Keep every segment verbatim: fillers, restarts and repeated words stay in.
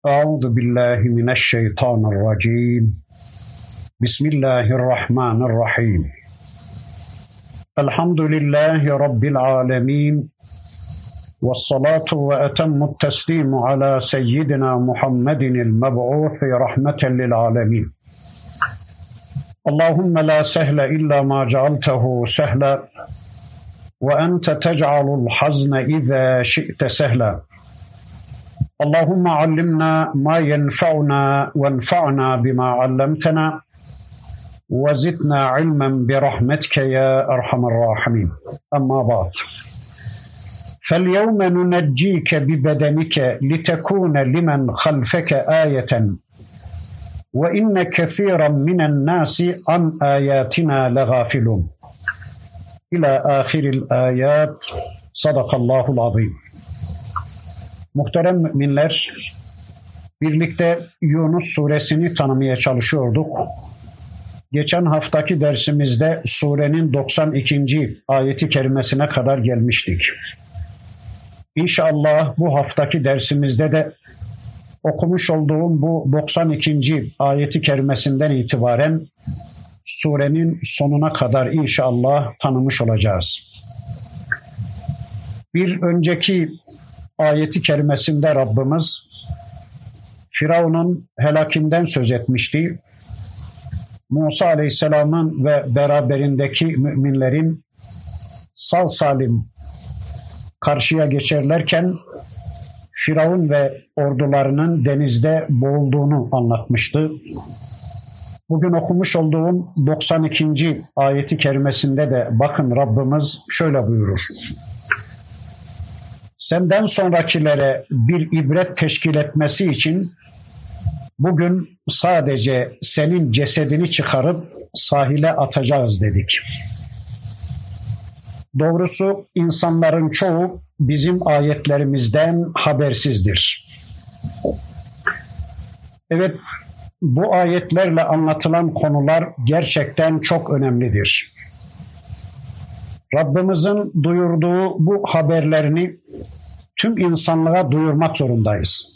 أعوذ بالله من الشيطان الرجيم بسم الله الرحمن الرحيم الحمد لله رب العالمين والصلاة وأتم التسليم على سيدنا محمد المبعوث رحمة للعالمين اللهم لا سهل إلا ما جعلته سهلا وأنت تجعل الحزن إذا شئت سهلا اللهم علمنا ما ينفعنا وانفعنا بما علمتنا وزدنا علما برحمتك يا أرحم الراحمين أما بعد فاليوم ننجيك ببدنك لتكون لمن خلفك آية وإن كثيرا من الناس عن آياتنا لغافلون إلى آخر الآيات صدق الله العظيم. Muhterem müminler, birlikte Yunus suresini tanımaya çalışıyorduk. Geçen haftaki dersimizde surenin doksan ikinci ayeti kerimesine kadar gelmiştik. İnşallah bu haftaki dersimizde de okumuş olduğum bu doksan ikinci ayeti kerimesinden itibaren surenin sonuna kadar inşallah tanımış olacağız. Bir önceki ayeti kerimesinde Rabbimiz Firavun'un helakinden söz etmişti. Musa Aleyhisselam'ın ve beraberindeki müminlerin sağ salim karşıya geçerlerken Firavun ve ordularının denizde boğulduğunu anlatmıştı. Bugün okumuş olduğum doksan ikinci ayeti kerimesinde de bakın Rabbimiz şöyle buyurur. Senden sonrakilere bir ibret teşkil etmesi için bugün sadece senin cesedini çıkarıp sahile atacağız dedik. Doğrusu insanların çoğu bizim ayetlerimizden habersizdir. Evet, bu ayetlerle anlatılan konular gerçekten çok önemlidir. Rabbimizin duyurduğu bu haberlerini tüm insanlığa duyurmak zorundayız.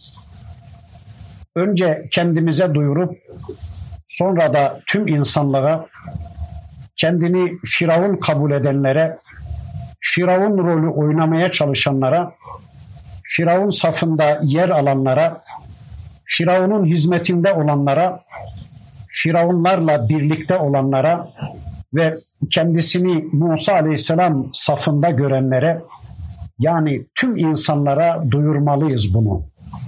Önce kendimize duyurup sonra da tüm insanlığa, kendini Firavun kabul edenlere, Firavun rolü oynamaya çalışanlara, Firavun safında yer alanlara, Firavun'un hizmetinde olanlara, Firavunlarla birlikte olanlara ve kendisini Musa Aleyhisselam safında görenlere, yani tüm insanlara duyurmalıyız bunu.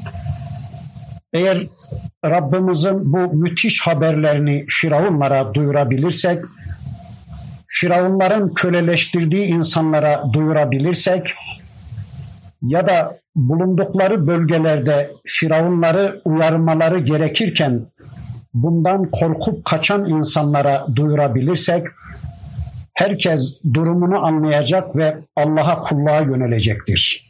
Eğer Rabbimizin bu müthiş haberlerini Firavunlara duyurabilirsek, Firavunların köleleştirdiği insanlara duyurabilirsek ya da bulundukları bölgelerde Firavunları uyarmaları gerekirken bundan korkup kaçan insanlara duyurabilirsek herkes durumunu anlayacak ve Allah'a kulluğa yönelecektir.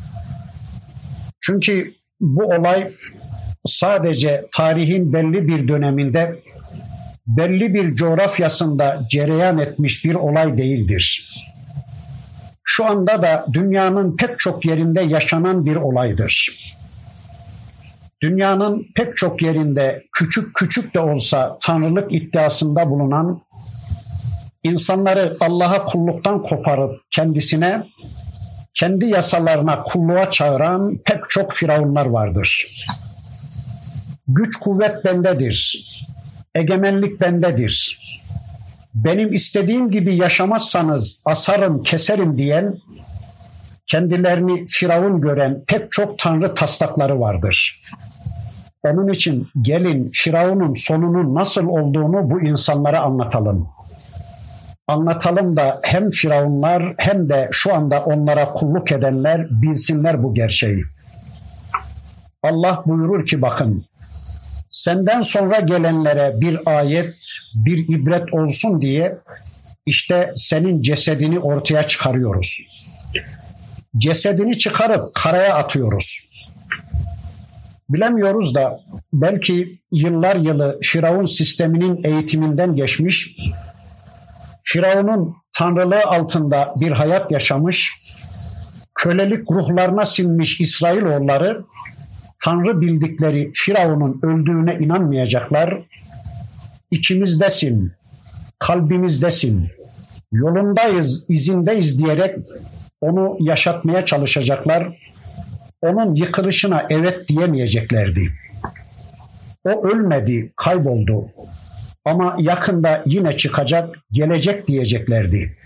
Çünkü bu olay sadece tarihin belli bir döneminde, belli bir coğrafyasında cereyan etmiş bir olay değildir. Şu anda da dünyanın pek çok yerinde yaşanan bir olaydır. Dünyanın pek çok yerinde küçük küçük de olsa tanrılık iddiasında bulunan, insanları Allah'a kulluktan koparıp kendisine, kendi yasalarına kulluğa çağıran pek çok firavunlar vardır. Güç kuvvet bendedir. Egemenlik bendedir. Benim istediğim gibi yaşamazsanız asarım, keserim diyen, kendilerini Firavun gören pek çok tanrı taslakları vardır. Onun için gelin Firavun'un sonunun nasıl olduğunu bu insanlara anlatalım. Anlatalım da hem Firavunlar hem de şu anda onlara kulluk edenler bilsinler bu gerçeği. Allah buyurur ki bakın, senden sonra gelenlere bir ayet, bir ibret olsun diye işte senin cesedini ortaya çıkarıyoruz. Cesedini çıkarıp karaya atıyoruz. Bilemiyoruz da belki yıllar yılı Firavun sisteminin eğitiminden geçmiş, Firavun'un tanrılığı altında bir hayat yaşamış, kölelik ruhlarına sinmiş İsrailoğulları Tanrı bildikleri Firavun'un öldüğüne inanmayacaklar. İçimizdesin, kalbimizdesin, yolundayız, izindeyiz diyerek onu yaşatmaya çalışacaklar. Onun yıkılışına evet diyemeyeceklerdi. O ölmedi, kayboldu. Ama yakında yine çıkacak, gelecek diyeceklerdi.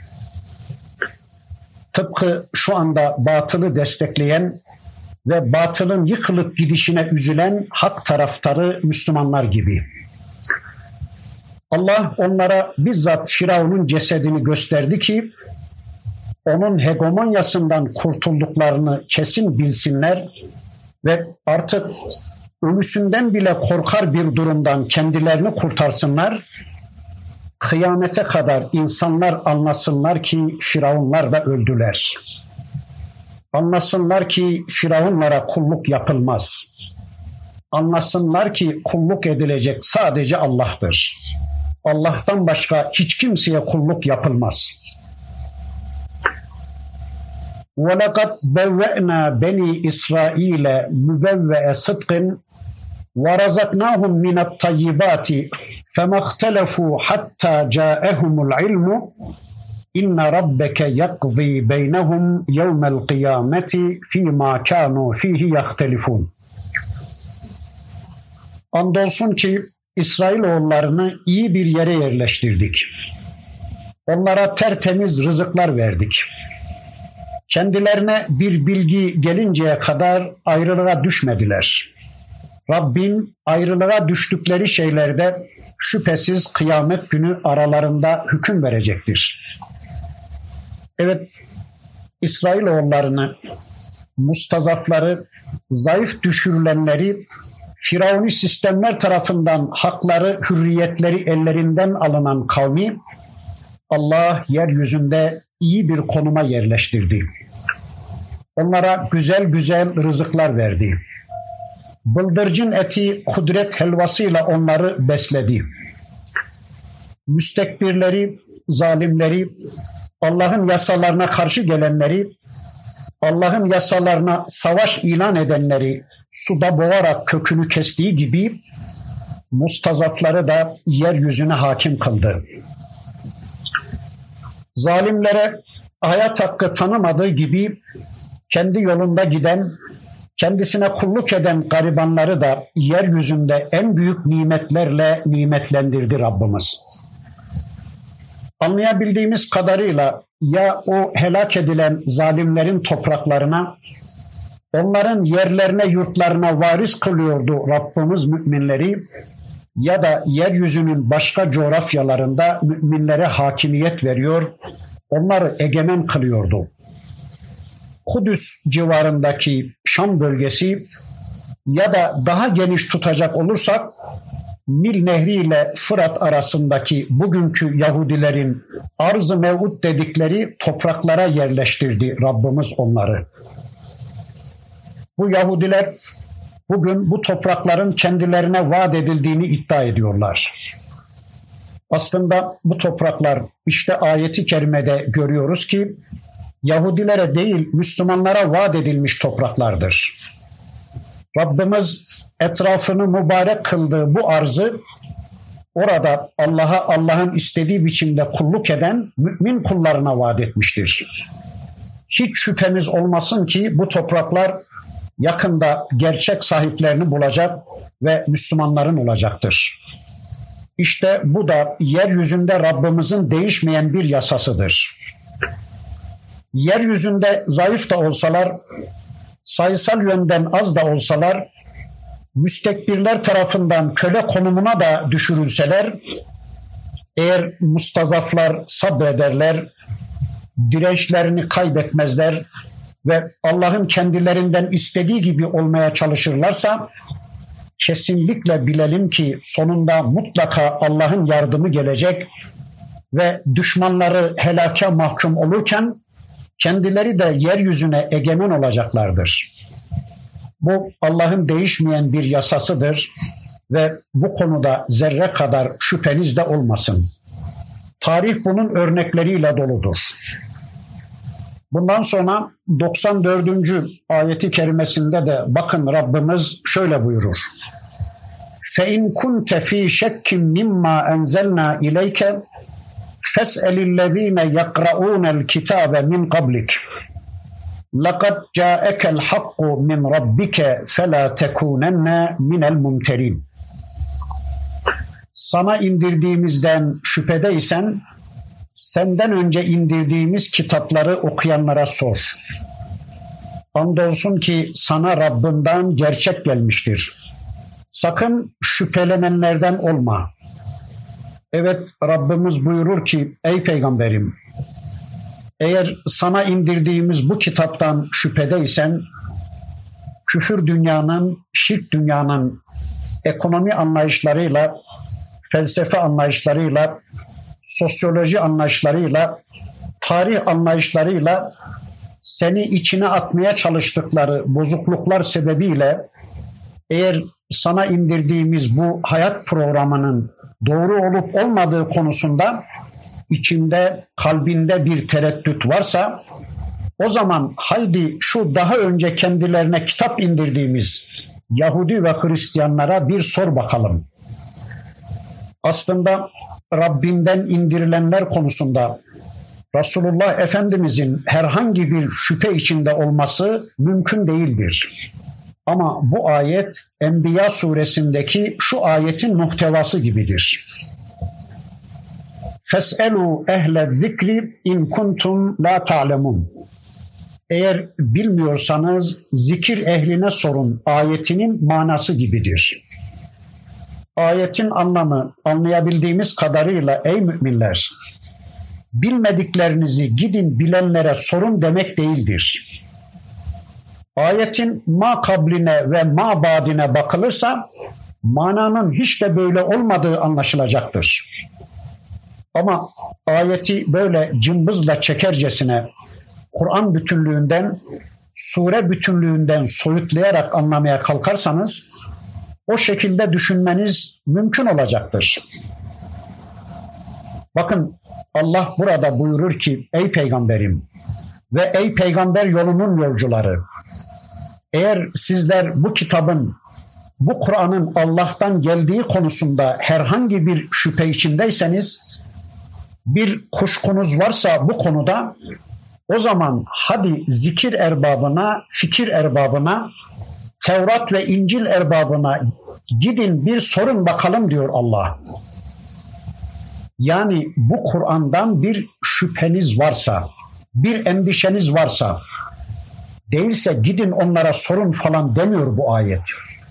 Tıpkı şu anda batılı destekleyen ve batılın yıkılıp gidişine üzülen hak taraftarı Müslümanlar gibi. Allah onlara bizzat Firavun'un cesedini gösterdi ki onun hegemonyasından kurtulduklarını kesin bilsinler ve artık ölüsünden bile korkar bir durumdan kendilerini kurtarsınlar. Kıyamete kadar insanlar anlasınlar ki Firavunlar da öldüler. Anlasınlar ki Firavunlara kulluk yapılmaz. Anlasınlar ki kulluk edilecek sadece Allah'tır. Allah'tan başka hiç kimseye kulluk yapılmaz. وَلَقَدْ بَوَّأْنَا بَنِي إِسْرَائِيلَ مُبَوَّأَ صِدْقٍ وَرَزَقْنَاهُمْ مِنَ الطَّيِّبَاتِ فَمَا اخْتَلَفُوا حَتَّى جَاءَهُمُ الْعِلْمُ إِنَّ رَبَّكَ يَقْضِي بَيْنَهُمْ يَوْمَ الْقِيَامَةِ فِي مَا كَانُوا فِيهِ يَخْتَلِفُونَ. Andolsun ki İsrailoğullarını iyi bir yere yerleştirdik. Onlara tertemiz rızıklar verdik. Kendilerine bir bilgi gelinceye kadar ayrılığa düşmediler. Rabbin ayrılığa düştükleri şeylerde şüphesiz kıyamet günü aralarında hüküm verecektir. Evet, İsrailoğullarını, mustazafları, zayıf düşürülenleri, Firavuni sistemler tarafından hakları, hürriyetleri ellerinden alınan kavmi Allah yeryüzünde iyi bir konuma yerleştirdi. Onlara güzel güzel rızıklar verdi. Bıldırcın eti kudret helvasıyla onları besledi. Müstekbirleri, zalimleri, Allah'ın yasalarına karşı gelenleri, Allah'ın yasalarına savaş ilan edenleri suda boğarak kökünü kestiği gibi mustazafları da yeryüzüne hakim kıldı. Zalimlere hayat hakkı tanımadığı gibi kendi yolunda giden, kendisine kulluk eden garibanları da yeryüzünde en büyük nimetlerle nimetlendirdi Rabbimiz. Anlayabildiğimiz kadarıyla ya o helak edilen zalimlerin topraklarına, onların yerlerine, yurtlarına varis kılıyordu Rabbimiz müminleri, ya da yeryüzünün başka coğrafyalarında müminlere hakimiyet veriyor, onları egemen kılıyordu. Kudüs civarındaki Şam bölgesi ya da daha geniş tutacak olursak Nil Nehri ile Fırat arasındaki bugünkü Yahudilerin arz-ı mev'ud dedikleri topraklara yerleştirdi Rabbimiz onları. Bu Yahudiler bugün bu toprakların kendilerine vaat edildiğini iddia ediyorlar. Aslında bu topraklar işte ayeti kerimede görüyoruz ki Yahudilere değil Müslümanlara vaat edilmiş topraklardır. Rabbimiz etrafını mübarek kıldığı bu arzı orada Allah'a Allah'ın istediği biçimde kulluk eden mümin kullarına vaat etmiştir. Hiç şüphemiz olmasın ki bu topraklar yakında gerçek sahiplerini bulacak ve Müslümanların olacaktır. İşte bu da yeryüzünde Rabbimizin değişmeyen bir yasasıdır. Yeryüzünde zayıf da olsalar, sayısal yönden az da olsalar, müstekbirler tarafından köle konumuna da düşürülseler, eğer mustazaflar sabrederler, dirençlerini kaybetmezler ve Allah'ın kendilerinden istediği gibi olmaya çalışırlarsa, kesinlikle bilelim ki sonunda mutlaka Allah'ın yardımı gelecek ve düşmanları helake mahkum olurken kendileri de yeryüzüne egemen olacaklardır. Bu Allah'ın değişmeyen bir yasasıdır ve bu konuda zerre kadar şüpheniz de olmasın. Tarih bunun örnekleriyle doludur. Bundan sonra doksan dördüncü ayeti kerimesinde de bakın Rabbimiz şöyle buyurur. فَاِنْ كُنْتَ ف۪ي شَكٍّ مِمَّا اَنْزَلْنَا اِلَيْكَ فَاسْأَلِ الَّذ۪ينَ يَقْرَؤُونَ الْكِتَابَ مِنْ قَبْلِكَ لَقَدْ جَاءَكَ الْحَقُّ مِنْ رَبِّكَ فَلَا تَكُونَنَّ مِنَ الْمُمْتَرِينَ. Sana indirdiğimizden şüphedeysen senden önce indirdiğimiz kitapları okuyanlara sor. Andolsun ki sana Rabbinden gerçek gelmiştir. Sakın şüphelenenlerden olma. Evet, Rabbimiz buyurur ki ey peygamberim, eğer sana indirdiğimiz bu kitaptan şüphedeysen küfür dünyanın, şirk dünyanın ekonomi anlayışlarıyla, felsefe anlayışlarıyla, sosyoloji anlayışlarıyla, tarih anlayışlarıyla seni içine atmaya çalıştıkları bozukluklar sebebiyle eğer sana indirdiğimiz bu hayat programının doğru olup olmadığı konusunda içinde, kalbinde bir tereddüt varsa o zaman haydi şu daha önce kendilerine kitap indirdiğimiz Yahudi ve Hristiyanlara bir sor bakalım. Aslında Rabbinden indirilenler konusunda Resulullah Efendimizin herhangi bir şüphe içinde olması mümkün değildir. Ama bu ayet Enbiya suresindeki şu ayetin muhtevası gibidir. Fes'elu ehle zikri in kuntum la ta'lemun. Eğer bilmiyorsanız zikir ehline sorun ayetinin manası gibidir. Ayetin anlamı anlayabildiğimiz kadarıyla ey müminler, bilmediklerinizi gidin bilenlere sorun demek değildir. Ayetin ma kabline ve ma badine bakılırsa mananın hiç de böyle olmadığı anlaşılacaktır. Ama ayeti böyle cımbızla çekercesine Kur'an bütünlüğünden, sure bütünlüğünden soyutlayarak anlamaya kalkarsanız o şekilde düşünmeniz mümkün olacaktır. Bakın Allah burada buyurur ki ey peygamberim ve ey peygamber yolunun yolcuları, eğer sizler bu kitabın, bu Kur'an'ın Allah'tan geldiği konusunda herhangi bir şüphe içindeyseniz, bir kuşkunuz varsa bu konuda, o zaman hadi zikir erbabına, fikir erbabına, Tevrat ve İncil erbabına gidin bir sorun bakalım diyor Allah. Yani bu Kur'an'dan bir şüpheniz varsa, bir endişeniz varsa, değilse gidin onlara sorun falan demiyor bu ayet.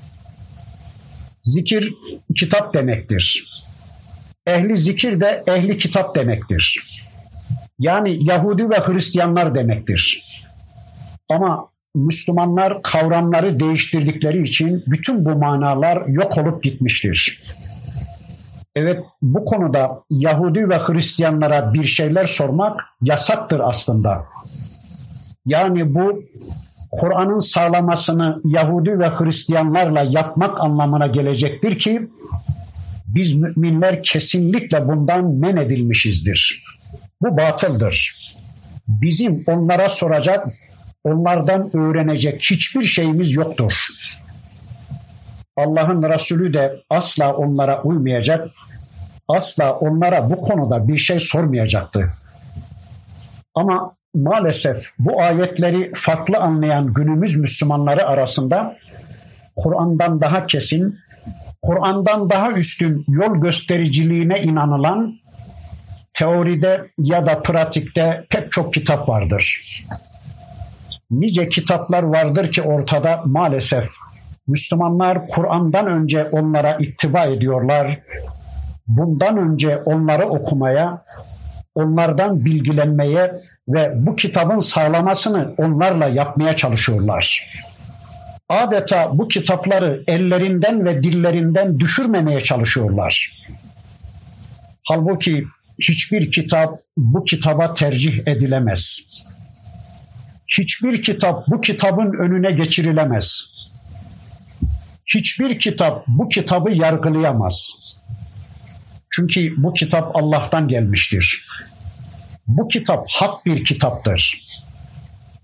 Zikir kitap demektir. Ehli zikir de ehli kitap demektir. Yani Yahudi ve Hristiyanlar demektir. Ama Müslümanlar kavramları değiştirdikleri için bütün bu manalar yok olup gitmiştir. Evet, bu konuda Yahudi ve Hristiyanlara bir şeyler sormak yasaktır aslında. Yani bu Kur'an'ın sağlamasını Yahudi ve Hristiyanlarla yapmak anlamına gelecektir ki biz müminler kesinlikle bundan men edilmişizdir. Bu batıldır. Bizim onlara soracak, onlardan öğrenecek hiçbir şeyimiz yoktur. Allah'ın Resulü de asla onlara uymayacak, asla onlara bu konuda bir şey sormayacaktı. Ama maalesef bu ayetleri farklı anlayan günümüz Müslümanları arasında Kur'an'dan daha kesin, Kur'an'dan daha üstün yol göstericiliğine inanılan teoride ya da pratikte pek çok kitap vardır. Nice kitaplar vardır ki ortada maalesef Müslümanlar Kur'an'dan önce onlara ittiba ediyorlar. Bundan önce onları okumaya, onlardan bilgilenmeye ve bu kitabın sağlamasını onlarla yapmaya çalışıyorlar. Adeta bu kitapları ellerinden ve dillerinden düşürmemeye çalışıyorlar. Halbuki hiçbir kitap bu kitaba tercih edilemez. Hiçbir kitap bu kitabın önüne geçirilemez. Hiçbir kitap bu kitabı yargılayamaz. Çünkü bu kitap Allah'tan gelmiştir. Bu kitap hak bir kitaptır.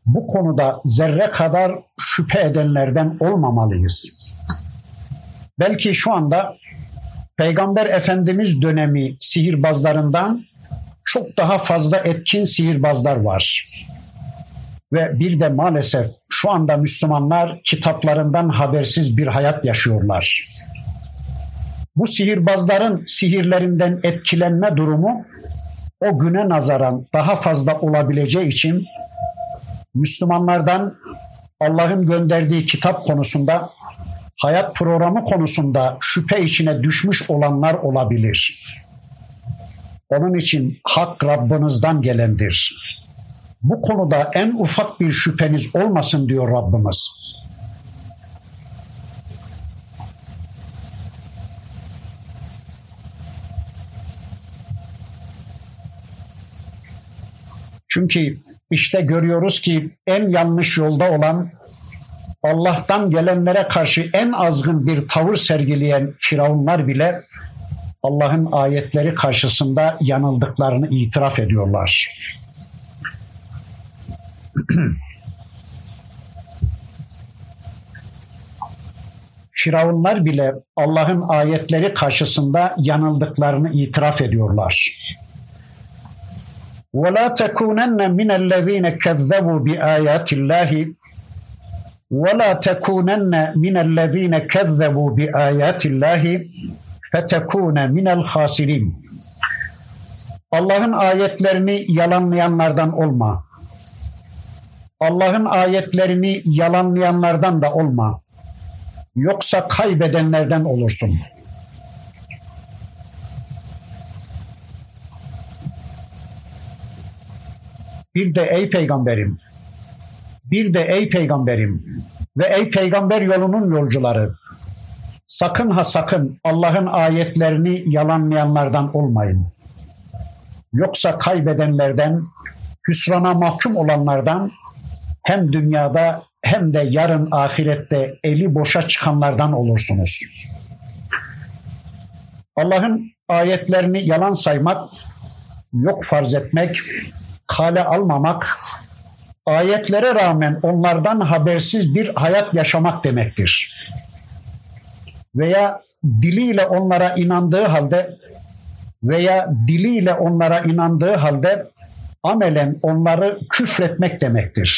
bu konuda zerre kadar şüphe edenlerden olmamalıyız. Belki şu anda Peygamber Efendimiz dönemi sihirbazlarından çok daha fazla etkin sihirbazlar var. Ve bir de maalesef şu anda Müslümanlar kitaplarından habersiz bir hayat yaşıyorlar. Bu sihirbazların sihirlerinden etkilenme durumu o güne nazaran daha fazla olabileceği için Müslümanlardan Allah'ın gönderdiği kitap konusunda, hayat programı konusunda şüphe içine düşmüş olanlar olabilir. Onun için hak Rabbinizden gelendir. Bu konuda en ufak bir şüpheniz olmasın diyor Rabbimiz. Çünkü işte görüyoruz ki en yanlış yolda olan, Allah'tan gelenlere karşı en azgın bir tavır sergileyen firavunlar bile Allah'ın ayetleri karşısında yanıldıklarını itiraf ediyorlar. Firavunlar bile Allah'ın ayetleri karşısında yanıldıklarını itiraf ediyorlar. وَلَا تَكُونَنَّ مِنَ الَّذ۪ينَ كَذَّبُوا بِآيَاتِ اللّٰهِ وَلَا تَكُونَنَّ مِنَ الَّذ۪ينَ كَذَّبُوا بِآيَاتِ اللّٰهِ فَتَكُونَ مِنَ الْخَاسِرِينَ. Allah'ın ayetlerini yalanlayanlardan olma. Allah'ın ayetlerini yalanlayanlardan da olma. Yoksa kaybedenlerden olursun. Bir de ey peygamberim, bir de ey peygamberim ve ey peygamber yolunun yolcuları, sakın ha sakın Allah'ın ayetlerini yalanlayanlardan olmayın. Yoksa kaybedenlerden, hüsrana mahkum olanlardan, hem dünyada hem de yarın ahirette eli boşa çıkanlardan olursunuz. Allah'ın ayetlerini yalan saymak, yok farz etmek, kale almamak, ayetlere rağmen onlardan habersiz bir hayat yaşamak demektir. Veya diliyle onlara inandığı halde veya diliyle onlara inandığı halde amelen onları küfretmek demektir.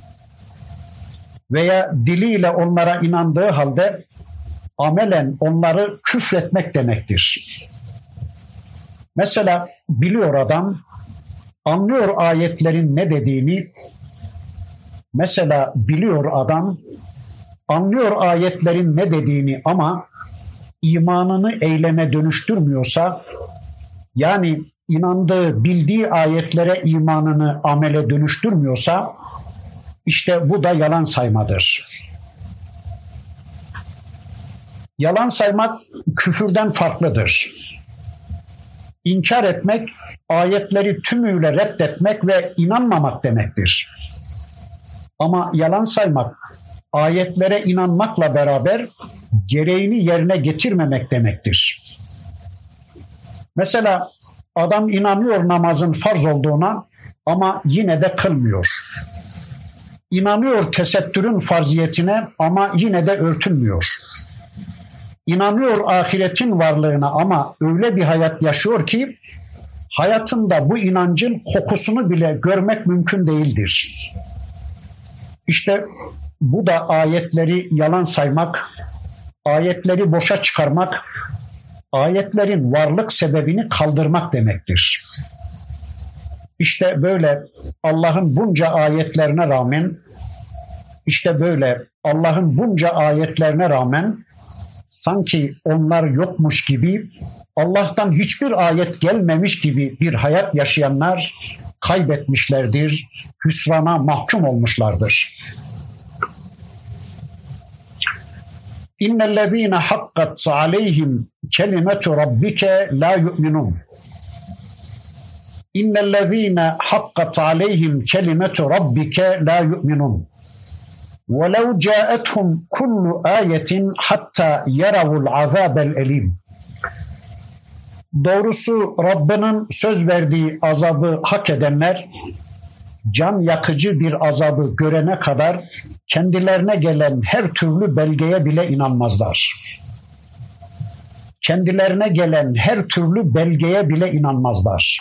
Veya diliyle onlara inandığı halde amelen onları küfretmek demektir. Mesela biliyor adam, anlıyor ayetlerin ne dediğini. Mesela biliyor adam, anlıyor ayetlerin ne dediğini ama imanını eyleme dönüştürmüyorsa, yani inandığı, bildiği ayetlere imanını amele dönüştürmüyorsa, işte bu da yalan saymadır. Yalan saymak küfürden farklıdır. İnkar etmek, ayetleri tümüyle reddetmek ve inanmamak demektir. Ama yalan saymak, ayetlere inanmakla beraber gereğini yerine getirmemek demektir. Mesela adam inanıyor namazın farz olduğuna ama yine de kılmıyor. İnanıyor tesettürün farziyetine ama yine de örtünmüyor. İnanıyor ahiretin varlığına ama öyle bir hayat yaşıyor ki hayatında bu inancın kokusunu bile görmek mümkün değildir. İşte bu da ayetleri yalan saymak, ayetleri boşa çıkarmak, ayetlerin varlık sebebini kaldırmak demektir. İşte böyle Allah'ın bunca ayetlerine rağmen, işte böyle Allah'ın bunca ayetlerine rağmen sanki onlar yokmuş gibi, Allah'tan hiçbir ayet gelmemiş gibi bir hayat yaşayanlar kaybetmişlerdir, hüsrana mahkum olmuşlardır. İnnellezîne hakkat aleyhim kelimetu rabbike la yu'minun. İnnellezîne hakkat aleyhim kelimetu rabbike la yu'minun. وَلَوْ جَاءَتْهُمْ كُلُّ آيَةٍ حَتَّى يَرَوُا الْعَذَابَ الْأَلِيمِ. Doğrusu Rabbinin söz verdiği azabı hak edenler can yakıcı bir azabı görene kadar kendilerine gelen her türlü belgeye bile inanmazlar. Kendilerine gelen her türlü belgeye bile inanmazlar.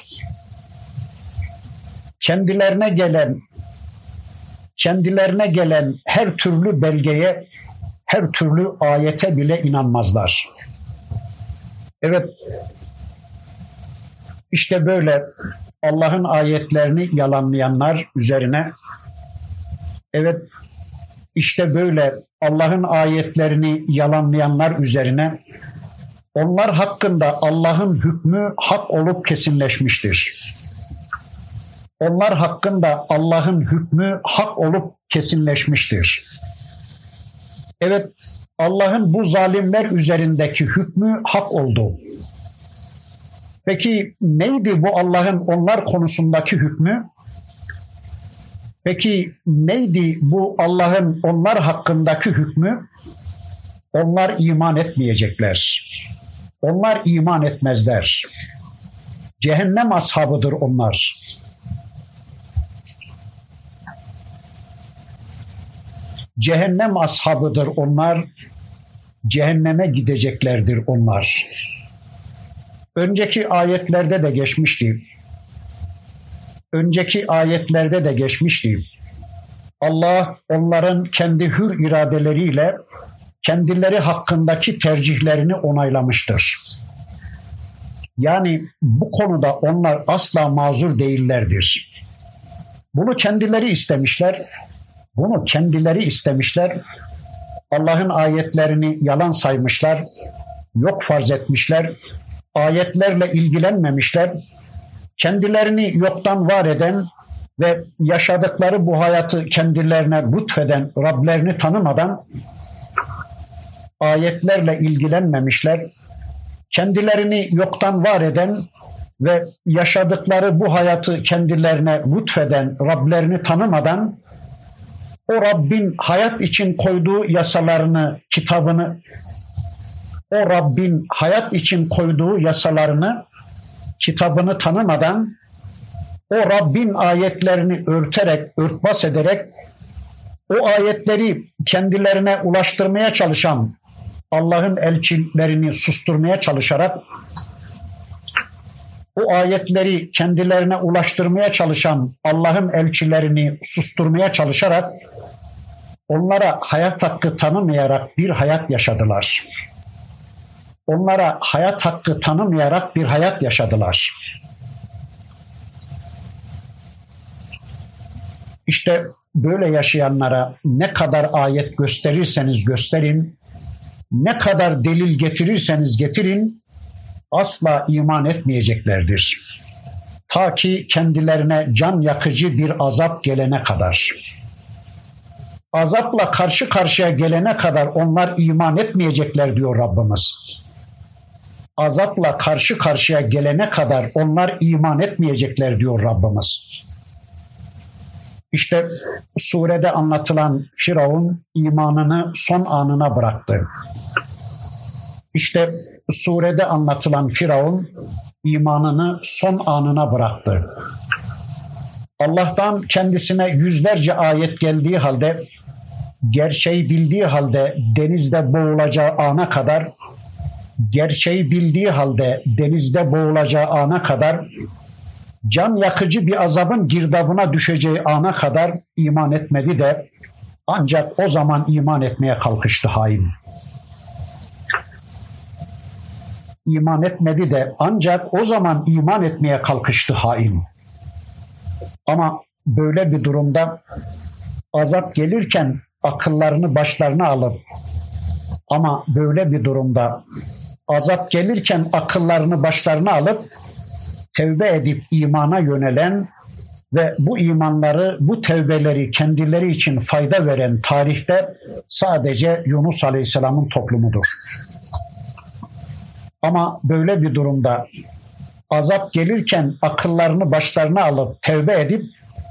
Kendilerine gelen kendilerine gelen her türlü belgeye, her türlü ayete bile inanmazlar. Evet, işte böyle Allah'ın ayetlerini yalanlayanlar üzerine, evet, işte böyle Allah'ın ayetlerini yalanlayanlar üzerine, onlar hakkında Allah'ın hükmü hak olup kesinleşmiştir. Onlar hakkında Allah'ın hükmü hak olup kesinleşmiştir. Evet, Allah'ın bu zalimler üzerindeki hükmü hak oldu. Peki neydi bu Allah'ın onlar konusundaki hükmü? Peki neydi bu Allah'ın onlar hakkındaki hükmü? Onlar iman etmeyecekler. Onlar iman etmezler. Cehennem ashabıdır onlar. Cehennem ashabıdır onlar. Cehenneme gideceklerdir onlar. Önceki ayetlerde de geçmişti. Önceki ayetlerde de geçmişti. Allah onların kendi hür iradeleriyle kendileri hakkındaki tercihlerini onaylamıştır. Yani bu konuda onlar asla mazur değillerdir. Bunu kendileri istemişler. Bunu kendileri istemişler. Allah'ın ayetlerini yalan saymışlar. Yok farz etmişler. Ayetlerle ilgilenmemişler. Kendilerini yoktan var eden ve yaşadıkları bu hayatı kendilerine lütfeden Rablerini tanımadan ayetlerle ilgilenmemişler. Kendilerini yoktan var eden ve yaşadıkları bu hayatı kendilerine lütfeden Rablerini tanımadan o Rabbin hayat için koyduğu yasalarını, kitabını, o Rabbin hayat için koyduğu yasalarını, kitabını tanımadan o Rabbin ayetlerini örterek, örtbas ederek o ayetleri kendilerine ulaştırmaya çalışan Allah'ın elçilerini susturmaya çalışarak o ayetleri kendilerine ulaştırmaya çalışan Allah'ın elçilerini susturmaya çalışarak onlara hayat hakkı tanımayarak bir hayat yaşadılar. Onlara hayat hakkı tanımayarak bir hayat yaşadılar. İşte böyle yaşayanlara ne kadar ayet gösterirseniz gösterin, ne kadar delil getirirseniz getirin, asla iman etmeyeceklerdir. Ta ki kendilerine can yakıcı bir azap gelene kadar. Azapla karşı karşıya gelene kadar onlar iman etmeyecekler diyor Rabbimiz. Azapla karşı karşıya gelene kadar onlar iman etmeyecekler diyor Rabbimiz. İşte surede anlatılan Firavun imanını son anına bıraktı. İşte surede anlatılan Firavun imanını son anına bıraktı. Allah'tan kendisine yüzlerce ayet geldiği halde, gerçeği bildiği halde denizde boğulacağı ana kadar, gerçeği bildiği halde denizde boğulacağı ana kadar, can yakıcı bir azabın girdabına düşeceği ana kadar iman etmedi de ancak o zaman iman etmeye kalkıştı hain. İman etmedi de ancak o zaman iman etmeye kalkıştı hain. Ama böyle bir durumda azap gelirken akıllarını başlarına alıp ama böyle bir durumda azap gelirken akıllarını başlarına alıp tevbe edip imana yönelen ve bu imanları, bu tevbeleri kendileri için fayda veren tarihte sadece Yunus Aleyhisselam'ın toplumudur. Ama böyle bir durumda azap gelirken akıllarını başlarına alıp tevbe edip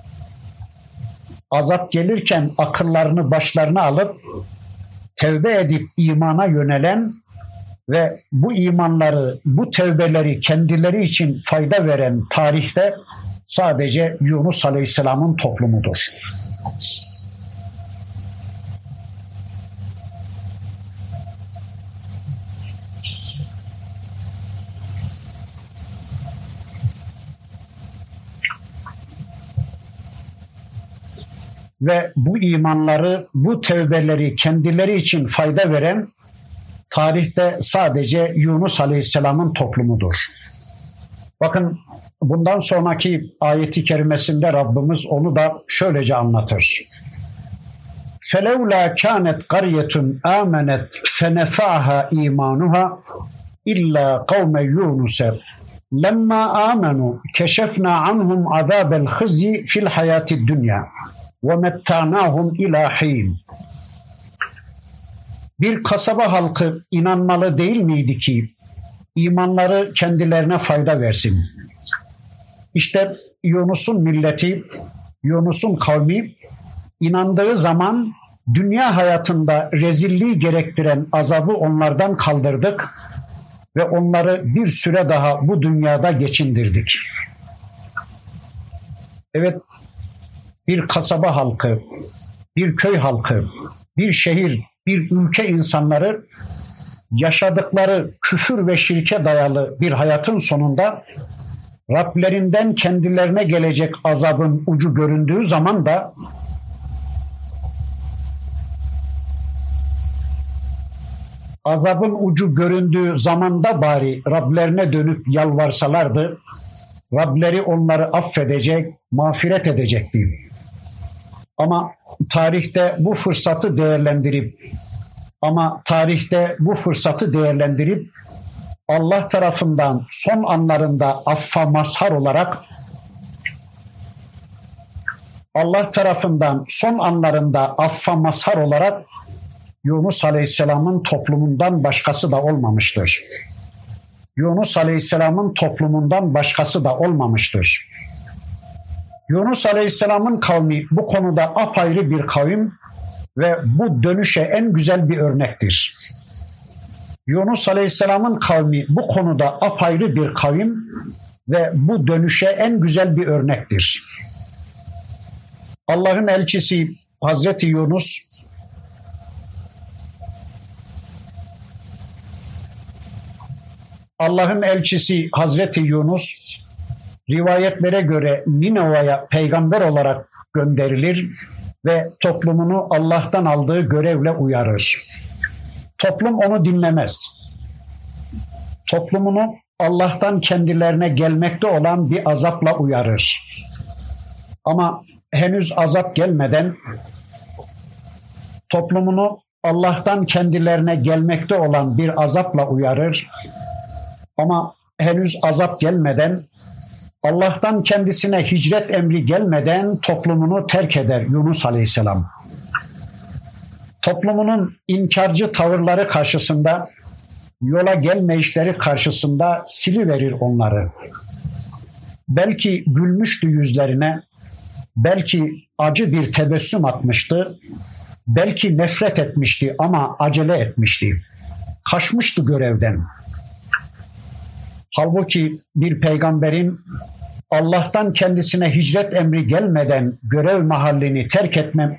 azap gelirken akıllarını başlarına alıp tevbe edip imana yönelen Ve bu imanları, bu tevbeleri kendileri için fayda veren tarihte sadece Yunus Aleyhisselam'ın toplumudur. Ve bu imanları, bu tevbeleri kendileri için fayda veren tarihte sadece Yunus Aleyhisselam'ın toplumudur. Bakın bundan sonraki ayeti kerimesinde Rabbimiz onu da şöylece anlatır. فَلَوْلَا كَانَتْ قَرْيَةٌ آمَنَتْ فَنَفَعَهَا إِيمَانُهَا إِلَّا قَوْمَ يُونُسَ لَمَّا آمَنُوا كَشَفْنَا عَنْهُمْ عَذَابَ الْخِزْيِ فِي الْحَيَاةِ الدُّنْيَا وَمَتَّعْنَاهُمْ إِلَى حِينٍ. Bir kasaba halkı inanmalı değil miydi ki imanları kendilerine fayda versin? İşte Yunus'un milleti, Yunus'un kavmi inandığı zaman dünya hayatında rezilliği gerektiren azabı onlardan kaldırdık ve onları bir süre daha bu dünyada geçindirdik. Evet, bir kasaba halkı, bir köy halkı, bir şehir, bir ülke insanları yaşadıkları küfür ve şirke dayalı bir hayatın sonunda Rablerinden kendilerine gelecek azabın ucu göründüğü zaman da azabın ucu göründüğü zamanda bari Rablerine dönüp yalvarsalardı, Rableri onları affedecek, mağfiret edecekti. Ama tarihte bu fırsatı değerlendirip ama tarihte bu fırsatı değerlendirip Allah tarafından son anlarında affa mazhar olarak Allah tarafından son anlarında affa mazhar olarak Yunus Aleyhisselam'ın toplumundan başkası da olmamıştır. Yunus Aleyhisselam'ın toplumundan başkası da olmamıştır. Yunus Aleyhisselam'ın kavmi bu konuda apayrı bir kavim ve bu dönüşe en güzel bir örnektir. Yunus Aleyhisselam'ın kavmi bu konuda apayrı bir kavim ve bu dönüşe en güzel bir örnektir. Allah'ın elçisi Hazreti Yunus Allah'ın elçisi Hazreti Yunus rivayetlere göre Ninova'ya peygamber olarak gönderilir ve toplumunu Allah'tan aldığı görevle uyarır. Toplum onu dinlemez. Toplumunu Allah'tan kendilerine gelmekte olan bir azapla uyarır. Ama henüz azap gelmeden toplumunu Allah'tan kendilerine gelmekte olan bir azapla uyarır. Ama henüz azap gelmeden, Allah'tan kendisine hicret emri gelmeden toplumunu terk eder Yunus Aleyhisselam. Toplumunun inkarcı tavırları karşısında, yola gelmeyişleri karşısında siliverir onları. Belki gülmüştü yüzlerine, belki acı bir tebessüm atmıştı, belki nefret etmişti ama acele etmişti. Kaçmıştı görevden. Halbuki bir peygamberin Allah'tan kendisine hicret emri gelmeden görev mahallini terk etmem,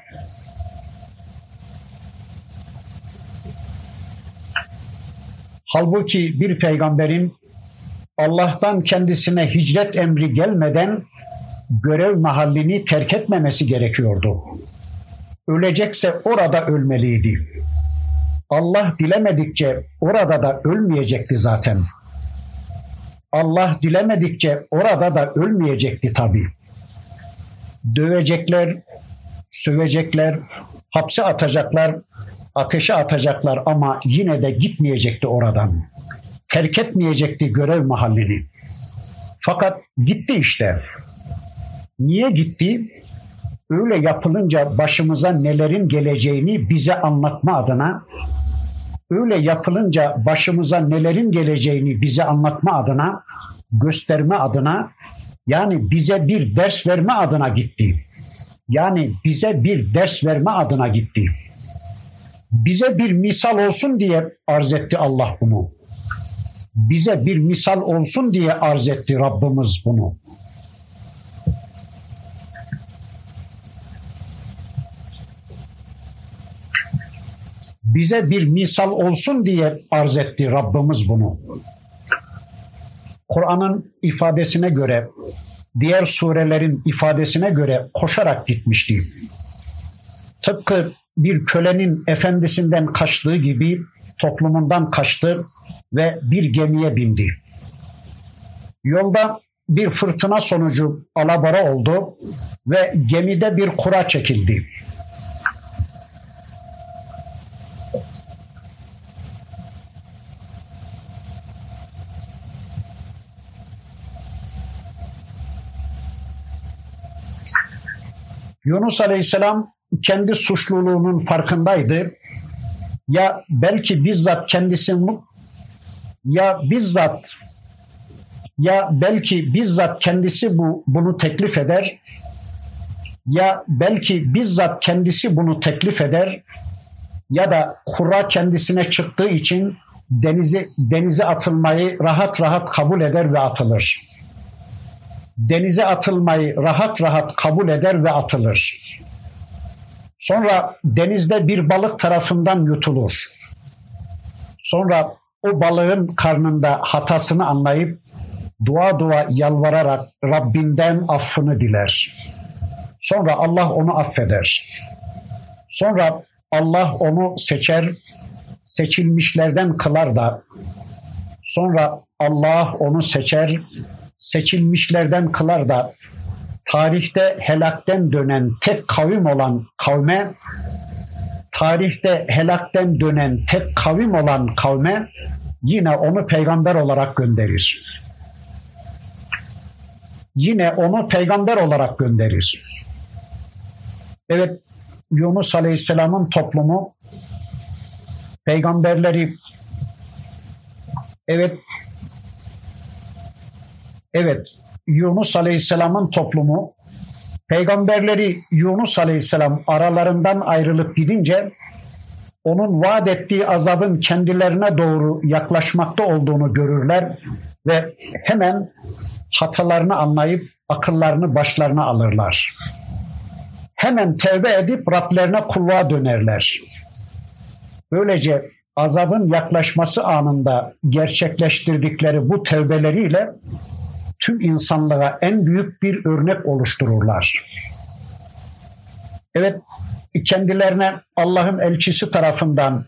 halbuki bir peygamberin Allah'tan kendisine hicret emri gelmeden görev mahallini terk etmemesi gerekiyordu. Ölecekse orada ölmeliydi. Allah dilemedikçe orada da ölmeyecekti zaten. Allah dilemedikçe orada da ölmeyecekti tabii. Dövecekler, sövecekler, hapse atacaklar, ateşe atacaklar ama yine de gitmeyecekti oradan. Terk etmeyecekti görev mahallini. Fakat gitti işte. Niye gitti? Öyle yapılınca başımıza nelerin geleceğini bize anlatma adına, öyle yapılınca başımıza nelerin geleceğini bize anlatma adına, gösterme adına, yani bize bir ders verme adına gitti. Yani bize bir ders verme adına gitti. Bize bir misal olsun diye arz etti Allah bunu. Bize bir misal olsun diye arz etti Rabbimiz bunu. Bize bir misal olsun diye arz etti Rabbimiz bunu. Kur'an'ın ifadesine göre, diğer surelerin ifadesine göre koşarak gitmişti. Tıpkı bir kölenin efendisinden kaçtığı gibi toplumundan kaçtı ve bir gemiye bindi. Yolda bir fırtına sonucu alabora oldu ve gemide bir kura çekildi. Yunus Aleyhisselam kendi suçluluğunun farkındaydı. Ya belki bizzat kendisi ya bizzat ya belki bizzat kendisi bu bunu teklif eder. Ya belki bizzat kendisi bunu teklif eder. Ya da kura kendisine çıktığı için denize denize atılmayı rahat rahat kabul eder ve atılır. Denize atılmayı rahat rahat kabul eder ve atılır. Sonra denizde bir balık tarafından yutulur. Sonra o balığın karnında hatasını anlayıp dua dua yalvararak Rabbinden affını diler. Sonra Allah onu affeder. Sonra Allah onu seçer, seçilmişlerden kılar da sonra Allah onu seçer, seçilmişlerden kılar da tarihte helakten dönen tek kavim olan kavme, tarihte helakten dönen tek kavim olan kavme yine onu peygamber olarak gönderir. Yine onu peygamber olarak gönderir. Evet, Yunus Aleyhisselam'ın toplumu peygamberleri evet evet Yunus Aleyhisselam'ın toplumu peygamberleri Yunus Aleyhisselam aralarından ayrılıp gidince onun vaat ettiği azabın kendilerine doğru yaklaşmakta olduğunu görürler ve hemen hatalarını anlayıp akıllarını başlarına alırlar. Hemen tevbe edip Rablerine kulluğa dönerler. Böylece azabın yaklaşması anında gerçekleştirdikleri bu tevbeleriyle tüm insanlığa en büyük bir örnek oluştururlar. Evet, kendilerine Allah'ın elçisi tarafından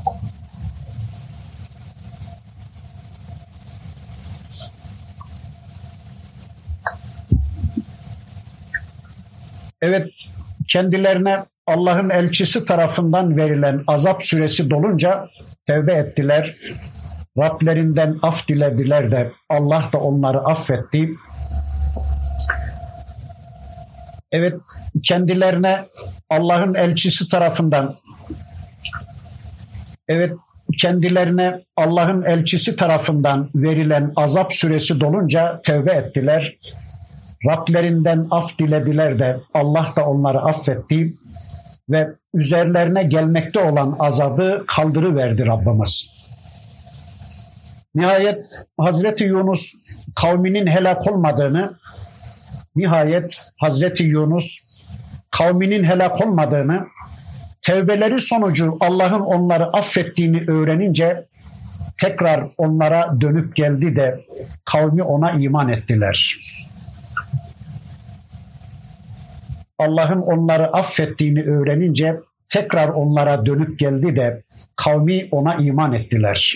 Evet, kendilerine Allah'ın elçisi tarafından verilen azap süresi dolunca tevbe ettiler. Rablerinden af dilediler de Allah da onları affetti. Evet, kendilerine Allah'ın elçisi tarafından Evet, kendilerine Allah'ın elçisi tarafından verilen azap süresi dolunca tevbe ettiler. Rablerinden af dilediler de Allah da onları affetti ve üzerlerine gelmekte olan azabı kaldırıverdi Rabbimiz. Nihayet Hazreti Yunus kavminin helak olmadığını, nihayet Hazreti Yunus kavminin helak olmadığını, tevbeleri sonucu Allah'ın onları affettiğini öğrenince tekrar onlara dönüp geldi de kavmi ona iman ettiler. Allah'ın onları affettiğini öğrenince tekrar onlara dönüp geldi de kavmi ona iman ettiler.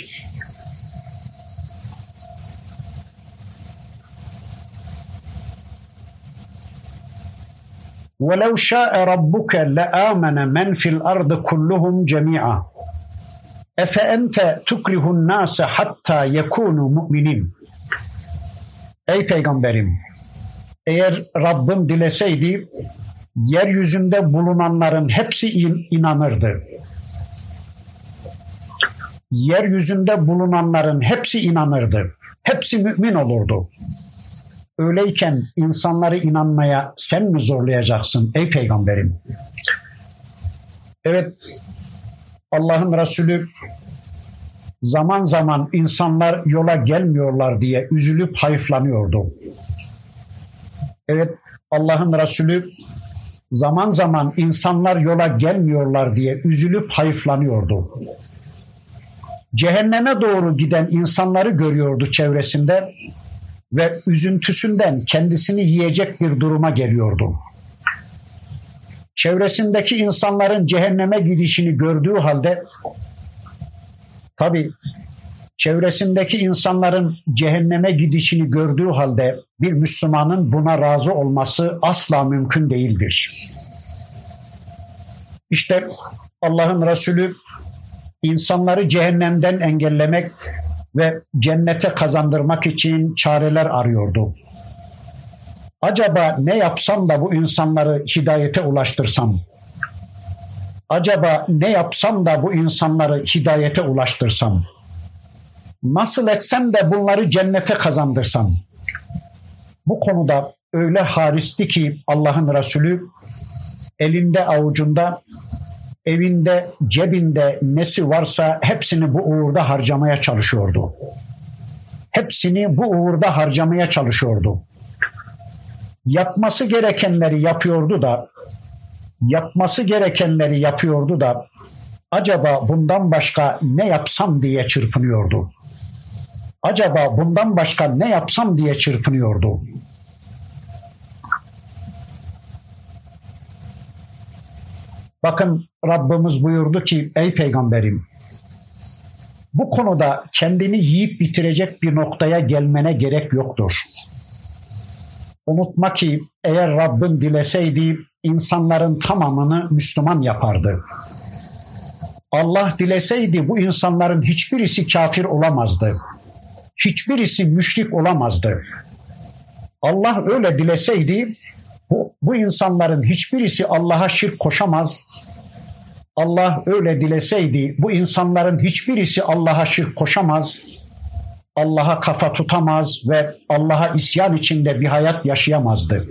وَلَوْ شَاءَ رَبُّكَ لَآمَنَ مَنْ فِي الْأَرْضِ كُلُّهُمْ جَمِيعًا اَفَاَنْتَ تُكْرِهُ النَّاسَ حَتَّى يَكُونُوا مُؤْمِنِينَ. Ey Peygamberim! Eğer Rabbim dileseydi, yeryüzünde bulunanların hepsi in, inanırdı. Yeryüzünde bulunanların hepsi inanırdı. Hepsi mümin olurdu. Öyleyken insanları inanmaya sen mi zorlayacaksın ey Peygamberim? Evet, Allah'ın Resulü zaman zaman insanlar yola gelmiyorlar diye üzülüp hayıflanıyordu. Evet, Allah'ın Resulü zaman zaman insanlar yola gelmiyorlar diye üzülüp hayıflanıyordu. Cehenneme doğru giden insanları görüyordu çevresinde ve üzüntüsünden kendisini yiyecek bir duruma geliyordu. Çevresindeki insanların cehenneme gidişini gördüğü halde, tabii çevresindeki insanların cehenneme gidişini gördüğü halde bir Müslümanın buna razı olması asla mümkün değildir. İşte Allah'ın Resulü insanları cehennemden engellemek ve cennete kazandırmak için çareler arıyordu. Acaba ne yapsam da bu insanları hidayete ulaştırsam? Acaba ne yapsam da bu insanları hidayete ulaştırsam? Nasıl etsem de bunları cennete kazandırsam? Bu konuda öyle haristi ki Allah'ın Resulü elinde avucunda, evinde, cebinde nesi varsa hepsini bu uğurda harcamaya çalışıyordu. Hepsini bu uğurda harcamaya çalışıyordu. Yapması gerekenleri yapıyordu da, yapması gerekenleri yapıyordu da, acaba bundan başka ne yapsam diye çırpınıyordu. Acaba bundan başka ne yapsam diye çırpınıyordu. Bakın Rabbimiz buyurdu ki, ey peygamberim, bu konuda kendini yiyip bitirecek bir noktaya gelmene gerek yoktur. Unutma ki eğer Rabbin dileseydi insanların tamamını Müslüman yapardı. Allah dileseydi bu insanların hiçbirisi kafir olamazdı. Hiçbirisi müşrik olamazdı. Allah öyle dileseydi bu, bu insanların hiçbirisi Allah'a şirk koşamaz. Allah öyle dileseydi bu insanların hiçbirisi Allah'a şirk koşamaz. Allah'a kafa tutamaz ve Allah'a isyan içinde bir hayat yaşayamazdı.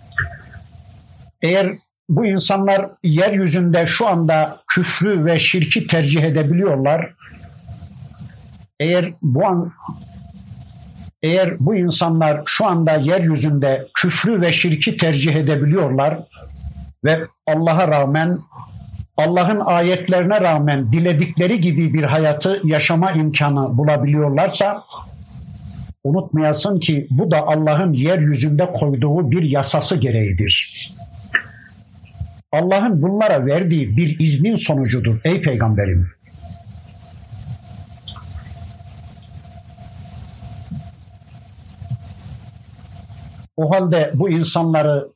Eğer bu insanlar yeryüzünde şu anda küfrü ve şirki tercih edebiliyorlar, eğer bu an eğer bu insanlar şu anda yeryüzünde küfrü ve şirki tercih edebiliyorlar ve Allah'a rağmen, Allah'ın ayetlerine rağmen diledikleri gibi bir hayatı yaşama imkanı bulabiliyorlarsa, unutmayasın ki bu da Allah'ın yeryüzünde koyduğu bir yasası gereğidir. Allah'ın bunlara verdiği bir iznin sonucudur ey peygamberim. O halde bu insanları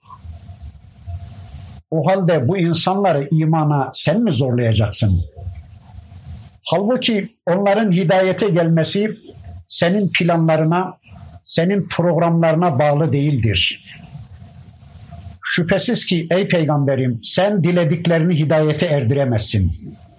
O halde bu insanları imana sen mi zorlayacaksın? Halbuki onların hidayete gelmesi senin planlarına, senin programlarına bağlı değildir. Şüphesiz ki ey peygamberim sen dilediklerini hidayete erdiremezsin.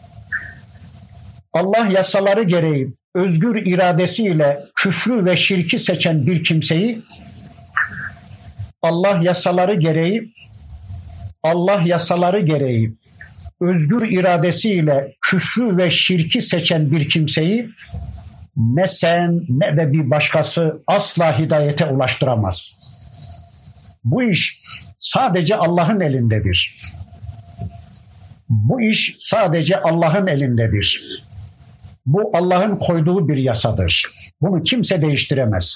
Allah yasaları gereği özgür iradesiyle küfrü ve şirki seçen bir kimseyi Allah yasaları gereği Allah yasaları gereği özgür iradesiyle küfrü ve şirki seçen bir kimseyi ne sen ne de bir başkası asla hidayete ulaştıramaz. Bu iş sadece Allah'ın elindedir. Bu iş sadece Allah'ın elindedir. Bu Allah'ın koyduğu bir yasadır. Bunu kimse değiştiremez.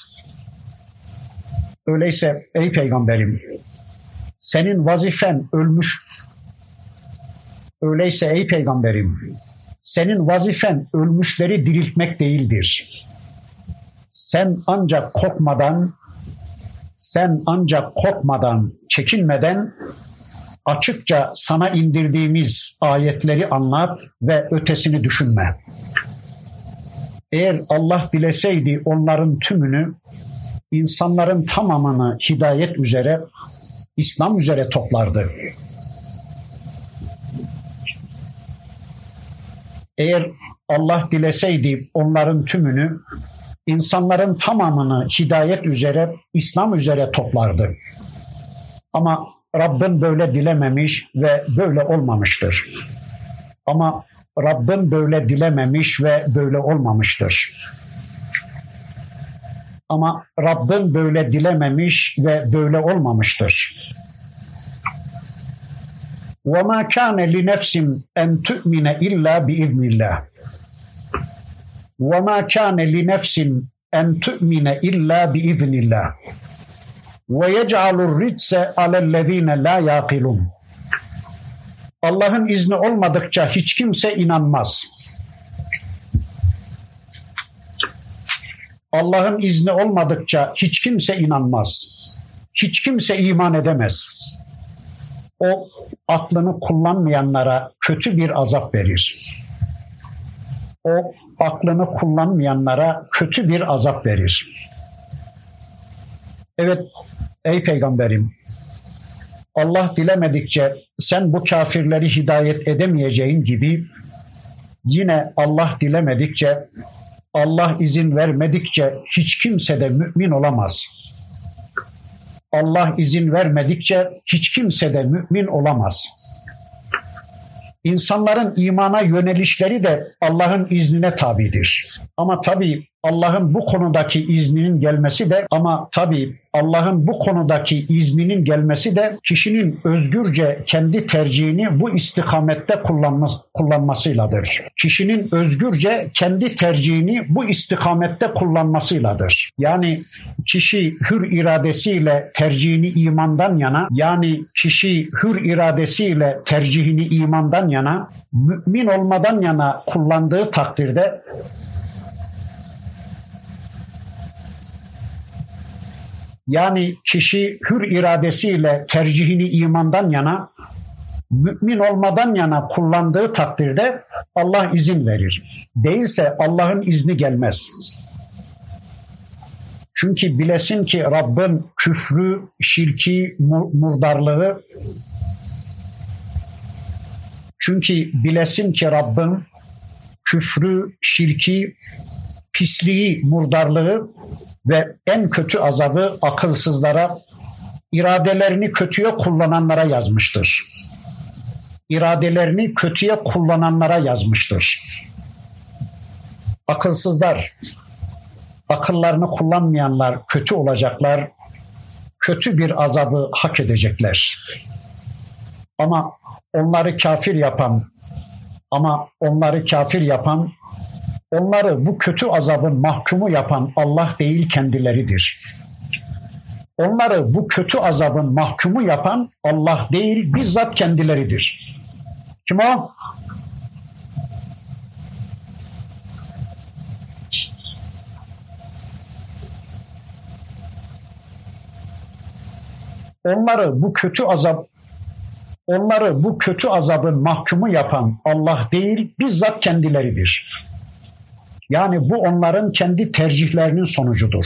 Öyleyse ey peygamberim, senin vazifen ölmüş. Öyleyse ey peygamberim, senin vazifen ölmüşleri diriltmek değildir. Sen ancak korkmadan, sen ancak korkmadan, çekinmeden açıkça sana indirdiğimiz ayetleri anlat ve ötesini düşünme. Eğer Allah dileseydi onların tümünü, insanların tamamını hidayet üzere, İslam üzere toplardı. Eğer Allah dileseydi onların tümünü, insanların tamamını hidayet üzere, İslam üzere toplardı. Ama Rabbim böyle dilememiş ve böyle olmamıştır. Ama Rabbim böyle dilememiş ve böyle olmamıştır. Ama Rabbim böyle dilememiş ve böyle olmamıştır. وَمَا كَانَ لِنَفْسٍ اَنْ تُؤْمِنَ اِلَّا بِإِذْنِ اللّٰهِ وَمَا كَانَ لِنَفْسٍ اَنْ تُؤْمِنَ اِلَّا بِإِذْنِ اللّٰهِ وَيَجْعَلُ الرِّجْسَ عَلَى الَّذ۪ينَ لَا يَعْقِلُونَ. Allah'ın izni olmadıkça hiç kimse inanmaz. Allah'ın izni olmadıkça hiç kimse inanmaz. Hiç kimse iman edemez. O aklını kullanmayanlara kötü bir azap verir. O aklını kullanmayanlara kötü bir azap verir. Evet ey peygamberim, Allah dilemedikçe sen bu kafirleri hidayet edemeyeceğin gibi yine Allah dilemedikçe, Allah izin vermedikçe hiç kimse de mümin olamaz. Allah izin vermedikçe hiç kimse de mümin olamaz. İnsanların imana yönelişleri de Allah'ın iznine tabidir. Ama tabii Allah'ın bu konudaki izninin gelmesi de ama tabii Allah'ın bu konudaki izninin gelmesi de kişinin özgürce kendi tercihini bu istikamette kullanması, kullanmasıyladır. Kişinin özgürce kendi tercihini bu istikamette kullanmasıyladır. Yani kişi hür iradesiyle tercihini imandan yana, yani kişi hür iradesiyle tercihini imandan yana, mümin olmadan yana kullandığı takdirde yani kişi hür iradesiyle tercihini imandan yana, mümin olmadan yana kullandığı takdirde Allah izin verir. Değilse Allah'ın izni gelmez. Çünkü bilesin ki Rabbin küfrü, şirki, murdarlığı, çünkü bilesin ki Rabbin küfrü, şirki, pisliği, murdarlığı ve en kötü azabı akılsızlara, iradelerini kötüye kullananlara yazmıştır. İradelerini kötüye kullananlara yazmıştır. Akılsızlar, akıllarını kullanmayanlar kötü olacaklar, kötü bir azabı hak edecekler. Ama onları kafir yapan, ama onları kafir yapan, onları bu kötü azabın mahkumu yapan Allah değil kendileridir. Onları bu kötü azabın mahkumu yapan Allah değil bizzat kendileridir. Kim o? Onları bu kötü azap onları bu kötü azabın mahkumu yapan Allah değil bizzat kendileridir. Yani bu onların kendi tercihlerinin sonucudur.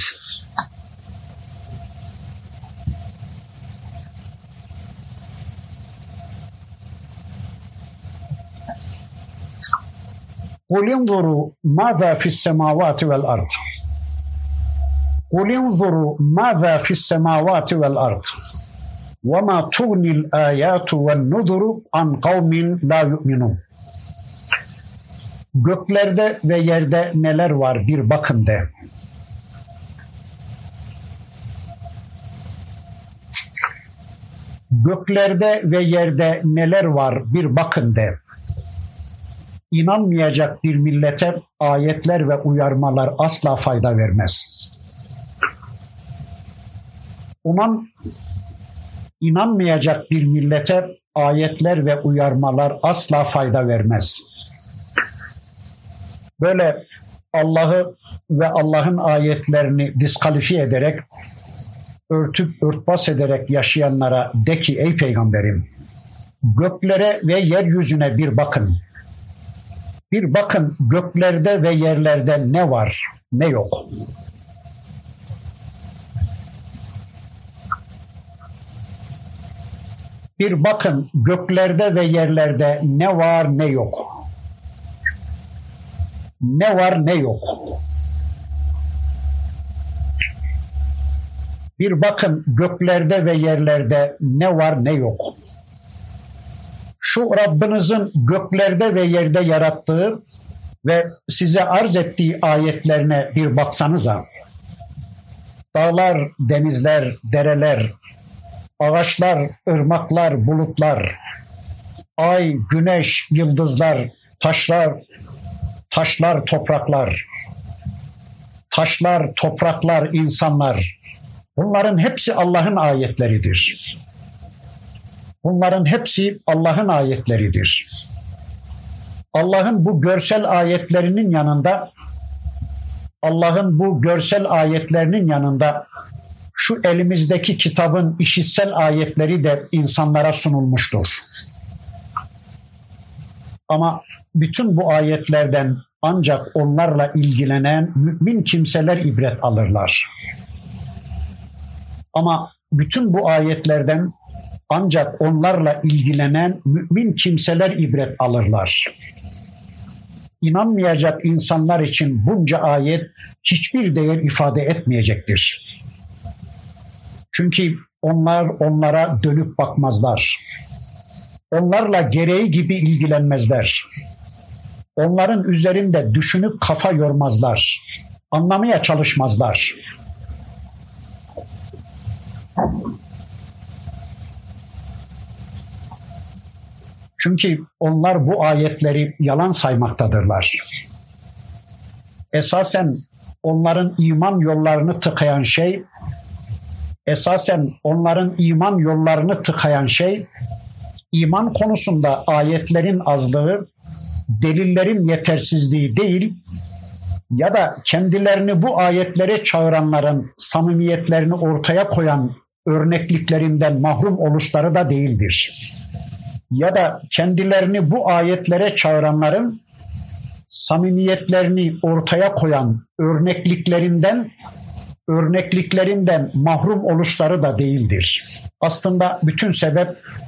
قُلْ اِنْظُرُوا مَاذَا فِي السَّمَاوَاتِ وَالْأَرْضِ قُلْ اِنْظُرُوا مَاذَا فِي السَّمَاوَاتِ وَالْأَرْضِ وَمَا تُغْنِ الْآيَاتُ وَالنُّذُرُ عَنْ قَوْمٍ لَا يُؤْمِنُونَ. Göklerde ve yerde neler var bir bakın de. Göklerde ve yerde neler var bir bakın de. İnanmayacak bir millete ayetler ve uyarmalar asla fayda vermez. Uman, inanmayacak bir millete ayetler ve uyarmalar asla fayda vermez. Böyle Allah'ı ve Allah'ın ayetlerini diskalifiye ederek, örtüp örtbas ederek yaşayanlara de ki ey peygamberim, göklere ve yeryüzüne bir bakın. Bir bakın göklerde ve yerlerde ne var, ne yok. Bir bakın göklerde ve yerlerde ne var, ne yok. Ne var, ne yok. Bir bakın göklerde ve yerlerde ne var, ne yok. şu Rabbinizin göklerde ve yerde yarattığı ve size arz ettiği ayetlerine bir baksanıza. Dağlar, denizler, dereler, ağaçlar, ırmaklar, bulutlar, ay, güneş, yıldızlar, taşlar, taşlar, topraklar, taşlar, topraklar, insanlar. Bunların hepsi Allah'ın ayetleridir. Bunların hepsi Allah'ın ayetleridir. Allah'ın bu görsel ayetlerinin yanında, Allah'ın bu görsel ayetlerinin yanında şu elimizdeki kitabın işitsel ayetleri de insanlara sunulmuştur. Ama bütün bu ayetlerden ancak onlarla ilgilenen mümin kimseler ibret alırlar. Ama bütün bu ayetlerden ancak onlarla ilgilenen mümin kimseler ibret alırlar. İnanmayacak insanlar için bunca ayet hiçbir değer ifade etmeyecektir. Çünkü onlar onlara dönüp bakmazlar. Onlarla gereği gibi ilgilenmezler. Onların üzerinde düşünüp kafa yormazlar. Anlamaya çalışmazlar. Çünkü onlar bu ayetleri yalan saymaktadırlar. Esasen onların iman yollarını tıkayan şey, esasen onların iman yollarını tıkayan şey, iman konusunda ayetlerin azlığı, delillerin yetersizliği değil, ya da kendilerini bu ayetlere çağıranların samimiyetlerini ortaya koyan örnekliklerinden mahrum oluşları da değildir. Ya da kendilerini bu ayetlere çağıranların samimiyetlerini ortaya koyan örnekliklerinden örnekliklerinden mahrum oluşları da değildir. Aslında bütün sebep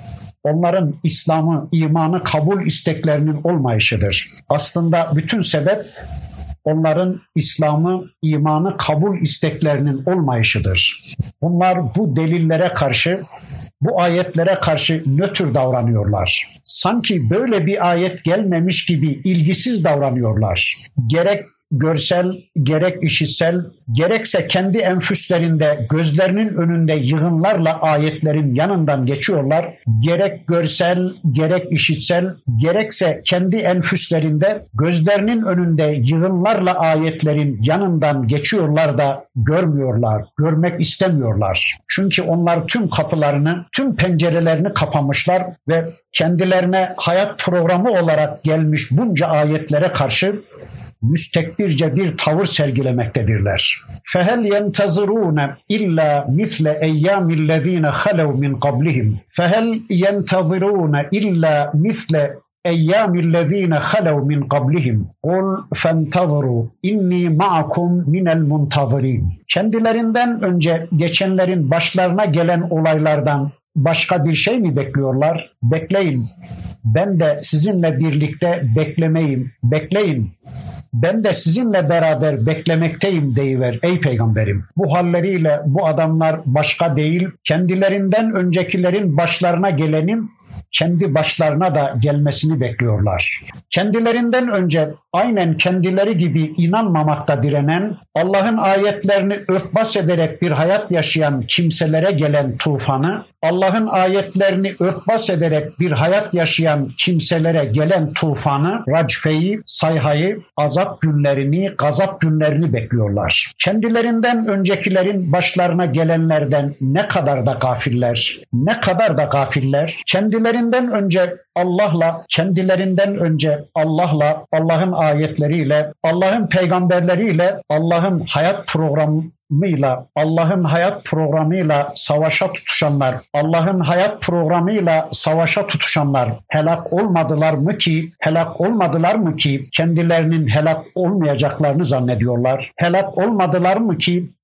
onların İslam'ı, imanı kabul isteklerinin olmayışıdır. Aslında bütün sebep onların İslam'ı, imanı kabul isteklerinin olmayışıdır. Bunlar bu delillere karşı, bu ayetlere karşı nötr davranıyorlar. Sanki böyle bir ayet gelmemiş gibi ilgisiz davranıyorlar. Gerek görsel, gerek işitsel, gerekse kendi enfüslerinde gözlerinin önünde yığınlarla ayetlerin yanından geçiyorlar. Gerek görsel, gerek işitsel, gerekse kendi enfüslerinde gözlerinin önünde yığınlarla ayetlerin yanından geçiyorlar da görmüyorlar, görmek istemiyorlar. Çünkü onlar tüm kapılarını, tüm pencerelerini kapamışlar ve kendilerine hayat programı olarak gelmiş bunca ayetlere karşı müstekbirce bir tavır sergilemektedirler. فَهَلْ يَنْتَظِرُونَ إِلَّا مِثْلَ اَيَّامِ الَّذ۪ينَ خَلَوْا مِنْ قَبْلِهِمْ فَهَلْ يَنْتَظِرُونَ إِلَّا مِثْلَ اَيَّامِ الَّذ۪ينَ خَلَوْا مِنْ قَبْلِهِمْ قُلْ فَانْتَظِرُوا اِنِّي مَعَكُمْ مِنَ الْمُنْتَظِرِينَ. Kendilerinden önce geçenlerin başlarına gelen olaylardan başka bir şey mi bekliyorlar? Bekleyin. Ben de sizinle birlikte beklemeyim. Bekleyin. Ben de sizinle beraber beklemekteyim deyiver ey peygamberim. Bu halleriyle bu adamlar başka değil, kendilerinden öncekilerin başlarına gelenin kendi başlarına da gelmesini bekliyorlar. Kendilerinden önce aynen kendileri gibi inanmamakta direnen, Allah'ın ayetlerini örtbas ederek bir hayat yaşayan kimselere gelen tufanı, Allah'ın ayetlerini örtbas ederek bir hayat yaşayan kimselere gelen tufanı, racfeyi, sayhayı, azap günlerini, gazap günlerini bekliyorlar. Kendilerinden öncekilerin başlarına gelenlerden ne kadar da gafiller, ne kadar da gafiller, kendilerinden önce Allah'la, kendilerinden önce Allah'la, Allah'ın ayetleriyle, Allah'ın peygamberleriyle, Allah'ın hayat programı programıyla, Allah'ın hayat programıyla savaşa tutuşanlar, Allah'ın hayat programıyla savaşa tutuşanlar helak olmadılar mı ki, helak olmadılar mı ki kendilerinin helak olmayacaklarını zannediyorlar. Helak olmadılar mı ki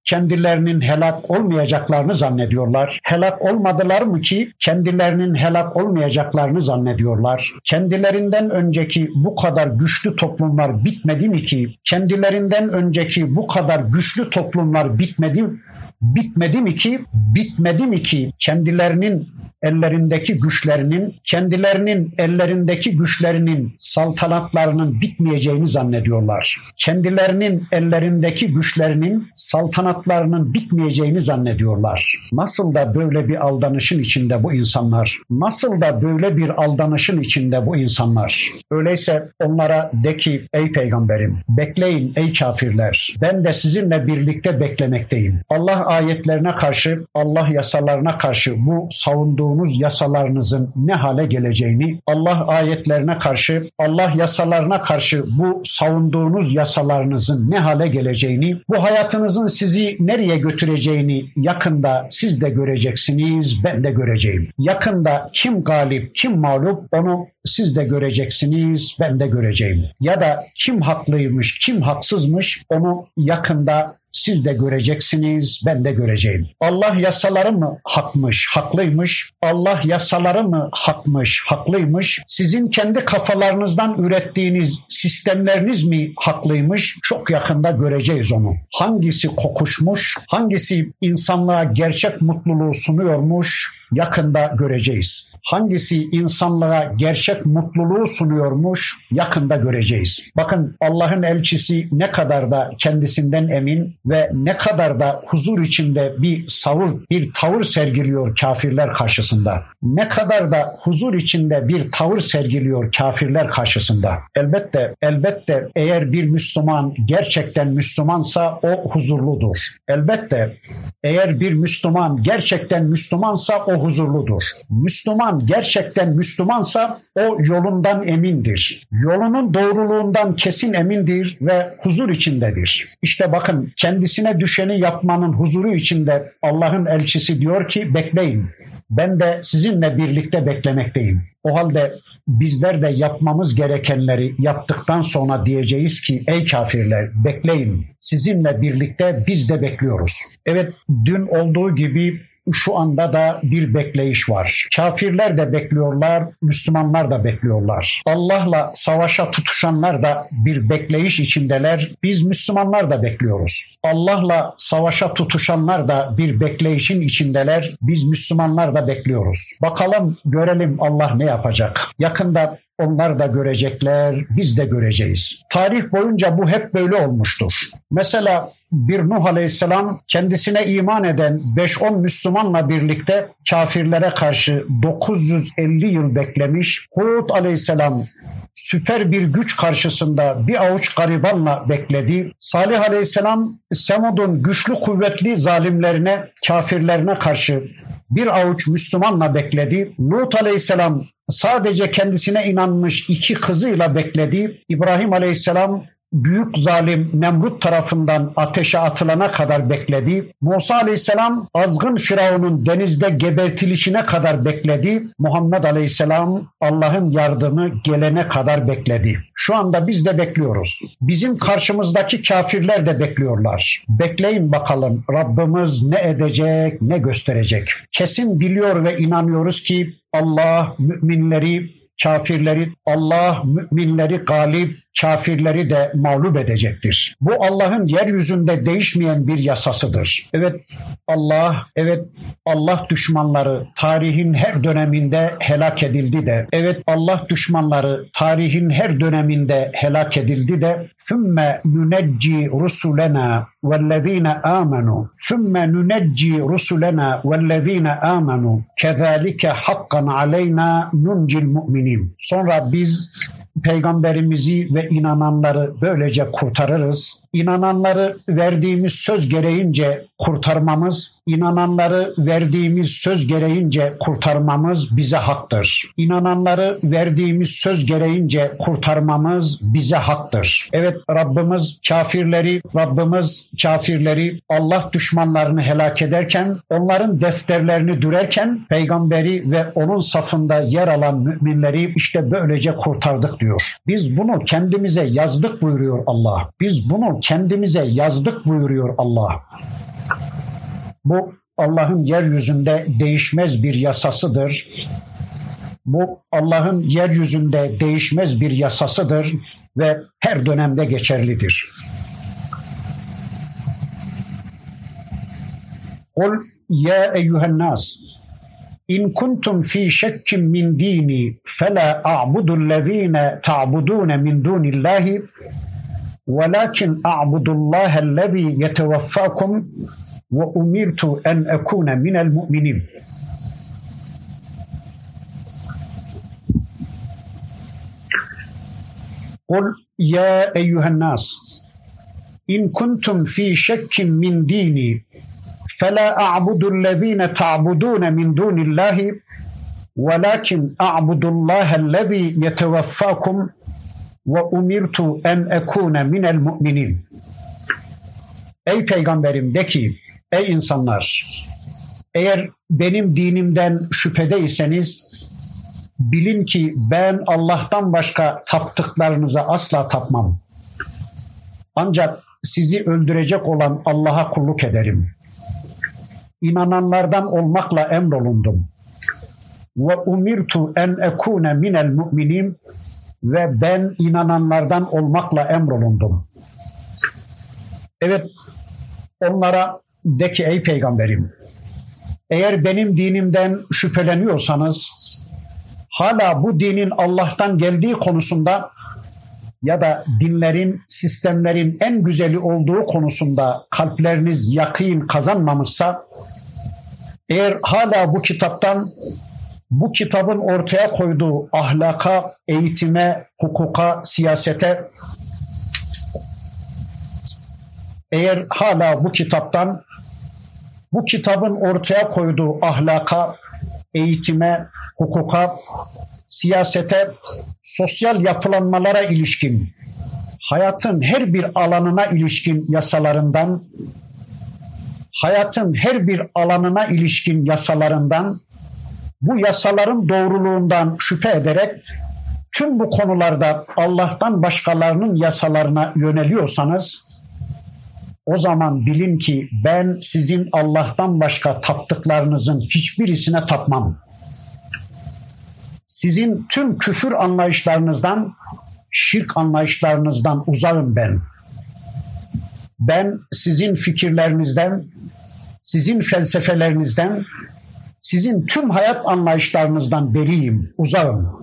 kendilerinin helak olmayacaklarını zannediyorlar? Helak olmadılar mı ki kendilerinin helak olmayacaklarını zannediyorlar? Kendilerinden önceki bu kadar güçlü toplumlar bitmedi mi ki? Kendilerinden önceki bu kadar güçlü toplumlar bitmedi, bitmedi mi ki? Bitmedi mi ki kendilerinin ellerindeki güçlerinin, kendilerinin ellerindeki güçlerinin saltanatlarının bitmeyeceğini zannediyorlar. Kendilerinin ellerindeki güçlerinin saltanatlarının bitmeyeceğini zannediyorlar. Nasıl da böyle bir aldanışın içinde bu insanlar? Nasıl da böyle bir aldanışın içinde bu insanlar? Öyleyse onlara de ki ey peygamberim, bekleyin ey kafirler. Ben de sizinle birlikte beklemekteyim. Allah ayetlerine karşı, Allah yasalarına karşı bu savunduğunuz yasalarınızın ne hale geleceğini, Allah ayetlerine karşı, Allah yasalarına karşı bu savunduğunuz yasalarınızın ne hale geleceğini, bu hayatınızın sizi nereye götüreceğini yakında siz de göreceksiniz, ben de göreceğim. Yakında kim galip, kim mağlup onu siz de göreceksiniz, ben de göreceğim. Ya da kim haklıymış, kim haksızmış onu yakında siz de göreceksiniz, ben de göreceğim. Allah yasaları mı hakmış, haklıymış? Allah yasaları mı hakmış, haklıymış? Sizin kendi kafalarınızdan ürettiğiniz sistemleriniz mi haklıymış? Çok yakında göreceğiz onu. Hangisi kokuşmuş, hangisi insanlığa gerçek mutluluğu sunuyormuş? Yakında göreceğiz. Hangisi insanlığa gerçek mutluluğu sunuyormuş? Yakında göreceğiz. Bakın Allah'ın elçisi ne kadar da kendisinden emin ve ne kadar da huzur içinde bir savur, bir tavır sergiliyor kafirler karşısında. Ne kadar da huzur içinde bir tavır sergiliyor kafirler karşısında. Elbette, elbette eğer bir Müslüman gerçekten Müslümansa o huzurludur. Elbette eğer bir Müslüman gerçekten Müslümansa o huzurludur. Müslüman gerçekten Müslümansa o yolundan emindir. Yolunun doğruluğundan kesin emindir ve huzur içindedir. İşte bakın kendisine düşeni yapmanın huzuru içinde Allah'ın elçisi diyor ki bekleyin. Ben de sizinle birlikte beklemekteyim. O halde bizler de yapmamız gerekenleri yaptıktan sonra diyeceğiz ki ey kafirler bekleyin. Sizinle birlikte biz de bekliyoruz. Evet, dün olduğu gibi şu anda da bir bekleyiş var. Kafirler de bekliyorlar, Müslümanlar da bekliyorlar. Allah'la savaşa tutuşanlar da bir bekleyiş içindeler. Biz Müslümanlar da bekliyoruz. Allah'la savaşa tutuşanlar da bir bekleyişin içindeler. Biz Müslümanlar da bekliyoruz. Bakalım, görelim Allah ne yapacak. Yakında onlar da görecekler, biz de göreceğiz. Tarih boyunca bu hep böyle olmuştur. Mesela bir Nuh Aleyhisselam kendisine iman eden beş on Müslümanla birlikte kafirlere karşı dokuz yüz elli yıl beklemiş. Hud Aleyhisselam süper bir güç karşısında bir avuç garibanla bekledi. Salih Aleyhisselam Semud'un güçlü kuvvetli zalimlerine, kafirlerine karşı bir avuç Müslümanla bekledi. Lut Aleyhisselam sadece kendisine inanmış iki kızıyla bekledi. İbrahim Aleyhisselam büyük zalim Nemrut tarafından ateşe atılana kadar bekledi. Musa Aleyhisselam azgın Firavun'un denizde gebertilişine kadar bekledi. Muhammed Aleyhisselam Allah'ın yardımı gelene kadar bekledi. Şu anda biz de bekliyoruz. Bizim karşımızdaki kafirler de bekliyorlar. Bekleyin bakalım Rabbimiz ne edecek, ne gösterecek. Kesin biliyor ve inanıyoruz ki Allah müminleri, kafirleri, Allah müminleri galip, kafirleri de mağlup edecektir. Bu Allah'ın yeryüzünde değişmeyen bir yasasıdır. Evet Allah, evet Allah düşmanları tarihin her döneminde helak edildi de, evet Allah düşmanları tarihin her döneminde helak edildi de, ثُمَّ نُنَجِّي رُسُلَنَا وَالَّذ۪ينَ آمَنُوا ثُمَّ نُنَجِّي رُسُلَنَا وَالَّذ۪ينَ آمَنُوا كَذَٰلِكَ حَقًّا عَلَيْنَا نُنْجِ الْمُؤْمِنِينَ. Sonra biz peygamberimizi ve inananları böylece kurtarırız. İnananları verdiğimiz söz gereğince kurtarmamız, inananları verdiğimiz söz gereğince kurtarmamız bize haktır. İnananları verdiğimiz söz gereğince kurtarmamız bize haktır. Evet Rabbimiz kafirleri, Rabbimiz kafirleri, Allah düşmanlarını helak ederken, onların defterlerini dürerken peygamberi ve onun safında yer alan müminleri işte böylece kurtardık diyor. Biz bunu kendimize yazdık buyuruyor Allah. Biz bunu kendimize yazdık buyuruyor Allah. Bu Allah'ın yeryüzünde değişmez bir yasasıdır. Bu Allah'ın yeryüzünde değişmez bir yasasıdır ve her dönemde geçerlidir. Kul ya eyyühen nas İn kuntum fi şekkin min dini fela a'budullezine ta'budune min dunillahi velakin a'budullahellezî yeteveffakum ve umirtu en ekune minel mu'minin. Kul ya eyyühen nas İn kuntum fi şekkin min dini فَلَا أَعْبُدُ الَّذ۪ينَ تَعْبُدُونَ مِنْ دُونِ اللّٰهِ وَلَكِنْ أَعْبُدُ اللّٰهَ الَّذ۪ي يَتَوَفَّاكُمْ وَاُمِرْتُ اَنْ اَكُونَ مِنَ الْمُؤْمِنِينَ. Ey peygamberim de ki, ey insanlar, eğer benim dinimden şüphedeyseniz bilin ki ben Allah'tan başka taptıklarınıza asla tapmam. Ancak sizi öldürecek olan Allah'a kulluk ederim. İnananlardan olmakla emrolundum. Ve umirtu en ekune minel mu'minin ve ben inananlardan olmakla emrolundum. Evet, onlara de ki ey peygamberim, eğer benim dinimden şüpheleniyorsanız, hala bu dinin Allah'tan geldiği konusunda ya da dinlerin, sistemlerin en güzeli olduğu konusunda kalpleriniz yakîn kazanmamışsa, eğer hala bu kitaptan, bu kitabın ortaya koyduğu ahlaka, eğitime, hukuka, siyasete, eğer hala bu kitaptan, bu kitabın ortaya koyduğu ahlaka, eğitime, hukuka, siyasete, sosyal yapılanmalara ilişkin, hayatın her bir alanına ilişkin yasalarından, hayatın her bir alanına ilişkin yasalarından, bu yasaların doğruluğundan şüphe ederek tüm bu konularda Allah'tan başkalarının yasalarına yöneliyorsanız, o zaman bilin ki ben sizin Allah'tan başka taptıklarınızın hiçbirisine tapmam. Sizin tüm küfür anlayışlarınızdan, şirk anlayışlarınızdan uzağım ben. Ben sizin fikirlerinizden, sizin felsefelerinizden, sizin tüm hayat anlayışlarınızdan beriyim, uzağım.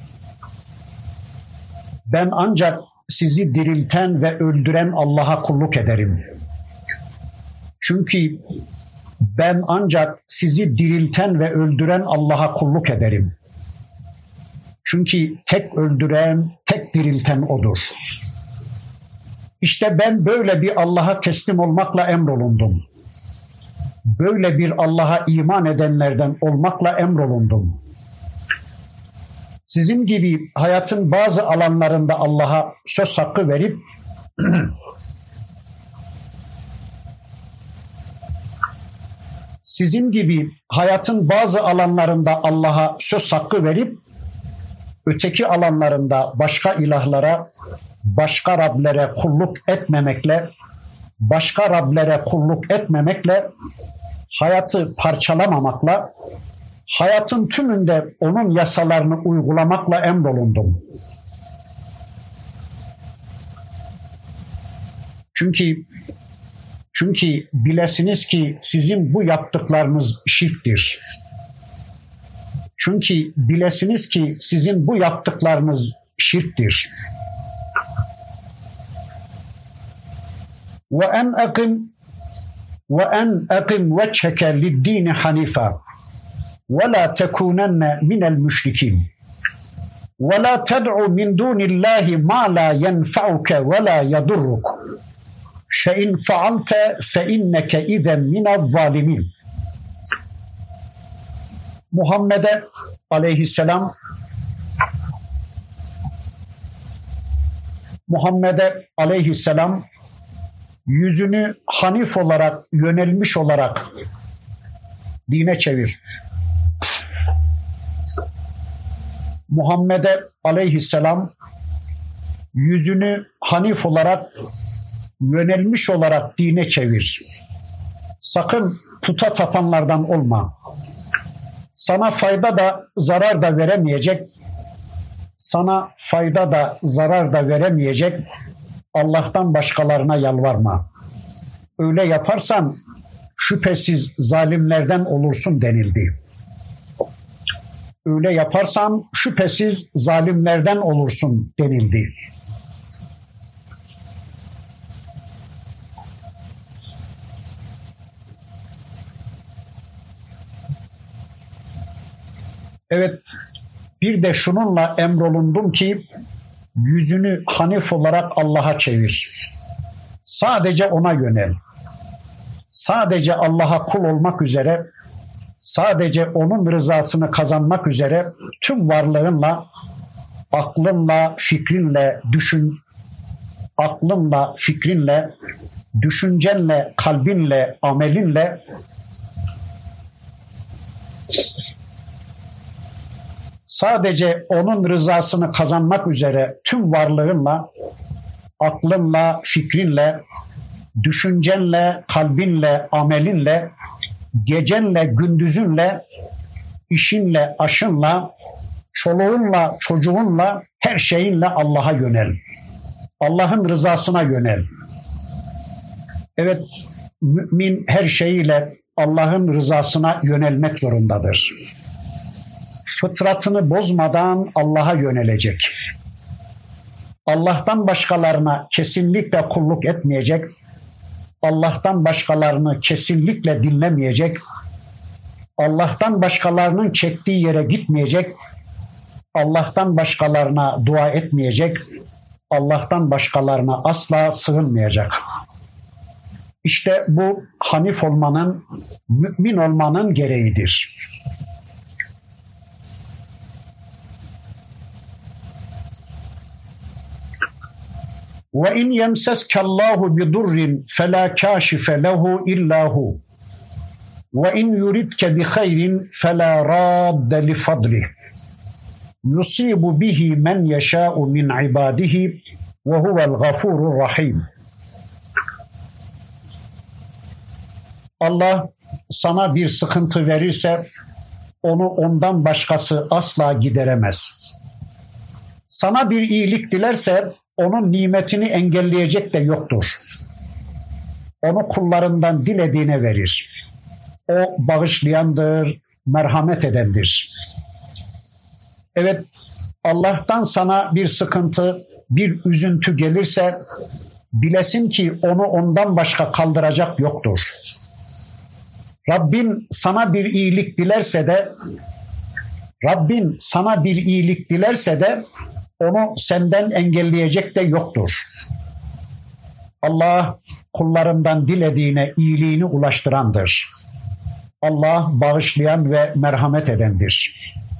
Ben ancak sizi dirilten ve öldüren Allah'a kulluk ederim. Çünkü ben ancak sizi dirilten ve öldüren Allah'a kulluk ederim. Çünkü tek öldüren, tek dirilten O'dur. İşte ben böyle bir Allah'a teslim olmakla emrolundum. Böyle bir Allah'a iman edenlerden olmakla emrolundum. Sizin gibi hayatın bazı alanlarında Allah'a söz hakkı verip sizin gibi hayatın bazı alanlarında Allah'a söz hakkı verip öteki alanlarında başka ilahlara, başka Rablere kulluk etmemekle, başka Rablere kulluk etmemekle, hayatı parçalamamakla, hayatın tümünde onun yasalarını uygulamakla emrolundum. Çünkü çünkü bilesiniz ki sizin bu yaptıklarınız şirktir. Çünkü bilesiniz ki sizin bu yaptıklarınız şirktir. Ve en akim ve en akim vechheke lid-din hanifa ve la tekunenne minel müşrikin ve la ted'u min dunillahi ma la yenfa'uke ve la yadurruk fe in fa'alte fe inneke izen minel-zalimin. Muhammed'e aleyhisselam Muhammed'e aleyhisselam yüzünü hanif olarak, yönelmiş olarak dine çevir. Muhammed'e aleyhisselam yüzünü hanif olarak, yönelmiş olarak dine çevir. Sakın puta tapanlardan olma. Sana fayda da zarar da veremeyecek, sana fayda da zarar da veremeyecek Allah'tan başkalarına yalvarma. Öyle yaparsan şüphesiz zalimlerden olursun denildi. Öyle yaparsan şüphesiz zalimlerden olursun denildi. Evet, bir de şununla emrolundum ki yüzünü hanif olarak Allah'a çevir. Sadece ona yönel. Sadece Allah'a kul olmak üzere, sadece onun rızasını kazanmak üzere tüm varlığınla, aklınla, fikrinle düşün, aklınla, fikrinle, düşüncenle, kalbinle, amelinle sadece onun rızasını kazanmak üzere tüm varlığınla, aklınla, fikrinle, düşüncenle, kalbinle, amelinle, gecenle, gündüzünle, işinle, aşınla, çoluğunla, çocuğunla, her şeyinle Allah'a yönel. Allah'ın rızasına yönel. Evet, mümin her şeyiyle Allah'ın rızasına yönelmek zorundadır. Fıtratını bozmadan Allah'a yönelecek. Allah'tan başkalarına kesinlikle kulluk etmeyecek. Allah'tan başkalarını kesinlikle dinlemeyecek. Allah'tan başkalarının çektiği yere gitmeyecek. Allah'tan başkalarına dua etmeyecek. Allah'tan başkalarına asla sığınmayacak. İşte bu hanif olmanın, mümin olmanın gereğidir. وَاِنْ يَمْسَسْكَ اللّٰهُ بِضُرٍّ فَلَا كَاشِفَ لَهُ اِلَّا هُ وَاِنْ يُرِدْكَ بِخَيْرٍ فَلَا رَادَّ لِفَضْلِهِ يُصِيبُ بِهِ مَنْ يَشَاءُ مِنْ عِبَادِهِ وَهُوَ الْغَفُورُ الرَّحِيمُ. Allah sana bir sıkıntı verirse onu ondan başkası asla gideremez. Sana bir iyilik dilerse onun nimetini engelleyecek de yoktur. Onu kullarından dilediğine verir. O bağışlayandır, merhamet edendir. Evet, Allah'tan sana bir sıkıntı, bir üzüntü gelirse bilesin ki onu ondan başka kaldıracak yoktur. Rabbin sana bir iyilik dilerse de Rabbin sana bir iyilik dilerse de onu senden engelleyecek de yoktur. Allah kullarından dilediğine iyiliğini ulaştırandır. Allah bağışlayan ve merhamet edendir.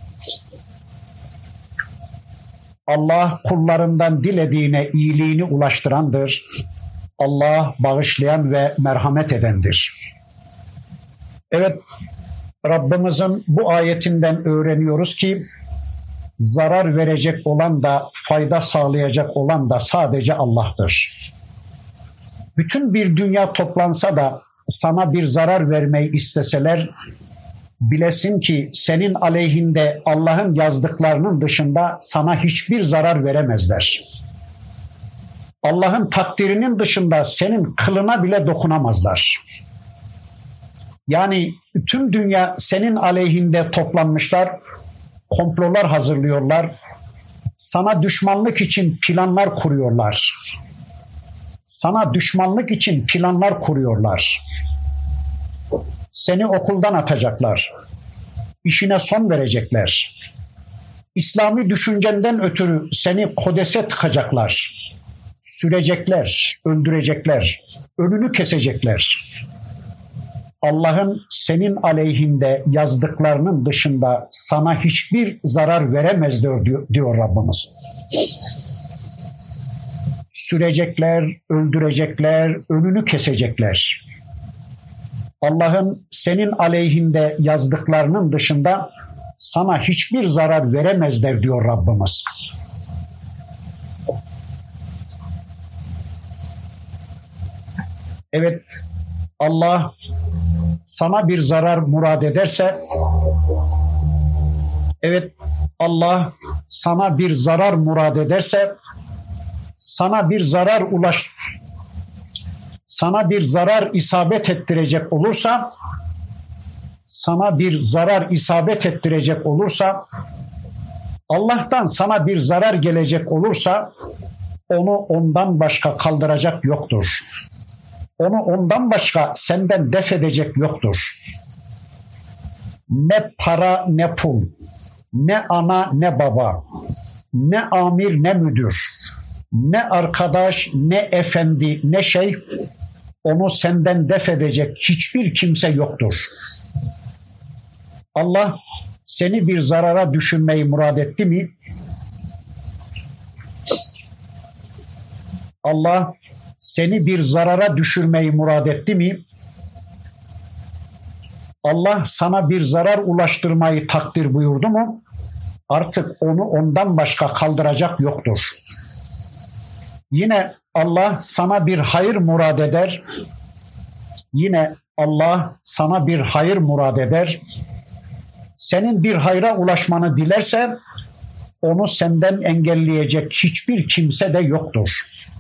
Allah kullarından dilediğine iyiliğini ulaştırandır. Allah bağışlayan ve merhamet edendir. Evet, Rabbimizin bu ayetinden öğreniyoruz ki zarar verecek olan da fayda sağlayacak olan da sadece Allah'tır. Bütün bir dünya toplansa da sana bir zarar vermeyi isteseler bilesin ki senin aleyhinde Allah'ın yazdıklarının dışında sana hiçbir zarar veremezler. Allah'ın takdirinin dışında senin kılına bile dokunamazlar. Yani tüm dünya senin aleyhinde toplanmışlar, komplolar hazırlıyorlar, sana düşmanlık için planlar kuruyorlar. Sana düşmanlık için planlar kuruyorlar. Seni okuldan atacaklar. İşine son verecekler. İslami düşüncenden ötürü seni kodese tıkacaklar. Sürecekler, öldürecekler, önünü kesecekler. Allah'ın senin aleyhinde yazdıklarının dışında sana hiçbir zarar veremez diyor, diyor Rabbimiz. Sürecekler, öldürecekler, önünü kesecekler. Allah'ın senin aleyhinde yazdıklarının dışında sana hiçbir zarar veremezler diyor Rabbimiz. Evet, Allah sana bir zarar murad ederse, evet, Allah sana bir zarar murad ederse, sana bir zarar ulaş, sana bir zarar isabet ettirecek olursa, sana bir zarar isabet ettirecek olursa, Allah'tan sana bir zarar gelecek olursa, onu ondan başka kaldıracak yoktur. Onu ondan başka senden def edecek yoktur. Ne para ne pul, ne ana ne baba, ne amir ne müdür, ne arkadaş ne efendi ne şey, onu senden def edecek hiçbir kimse yoktur. Allah seni bir zarara düşürmeyi murad etti mi? Allah seni bir zarara düşürmeyi murad etti mi? Allah sana bir zarar ulaştırmayı takdir buyurdu mu? Artık onu ondan başka kaldıracak yoktur. Yine Allah sana bir hayır murad eder. Yine Allah sana bir hayır murad eder. Senin bir hayra ulaşmanı dilerse, onu senden engelleyecek hiçbir kimse de yoktur.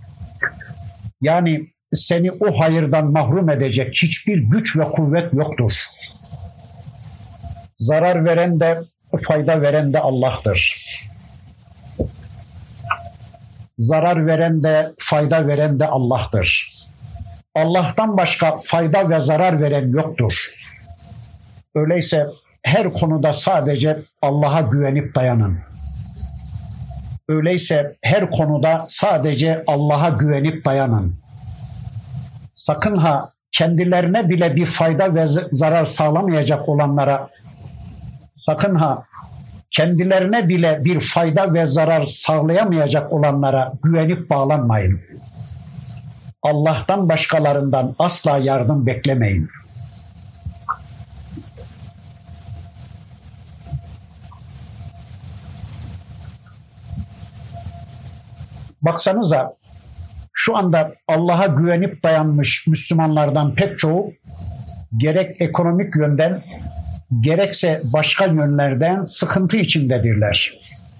Yani seni o hayırdan mahrum edecek hiçbir güç ve kuvvet yoktur. Zarar veren de fayda veren de Allah'tır. Zarar veren de fayda veren de Allah'tır. Allah'tan başka fayda ve zarar veren yoktur. Öyleyse her konuda sadece Allah'a güvenip dayanın. Öyleyse her konuda sadece Allah'a güvenip dayanın. Sakın ha kendilerine bile bir fayda ve zarar sağlamayacak olanlara, sakın ha kendilerine bile bir fayda ve zarar sağlayamayacak olanlara güvenip bağlanmayın. Allah'tan başkalarından asla yardım beklemeyin. Baksanıza, şu anda Allah'a güvenip dayanmış Müslümanlardan pek çoğu gerek ekonomik yönden gerekse başka yönlerden sıkıntı içindedirler.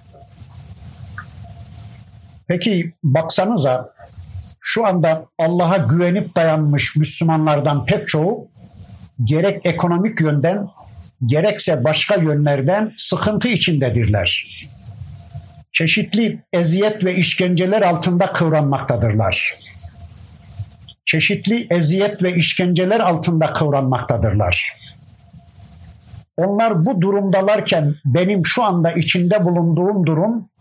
Peki baksanıza, şu anda Allah'a güvenip dayanmış Müslümanlardan pek çoğu gerek ekonomik yönden gerekse başka yönlerden sıkıntı içindedirler. Çeşitli eziyet ve işkenceler altında kıvranmaktadırlar. Çeşitli eziyet ve işkenceler altında kıvranmaktadırlar. Onlar bu durumdalarken benim şu anda içinde bulunduğum durum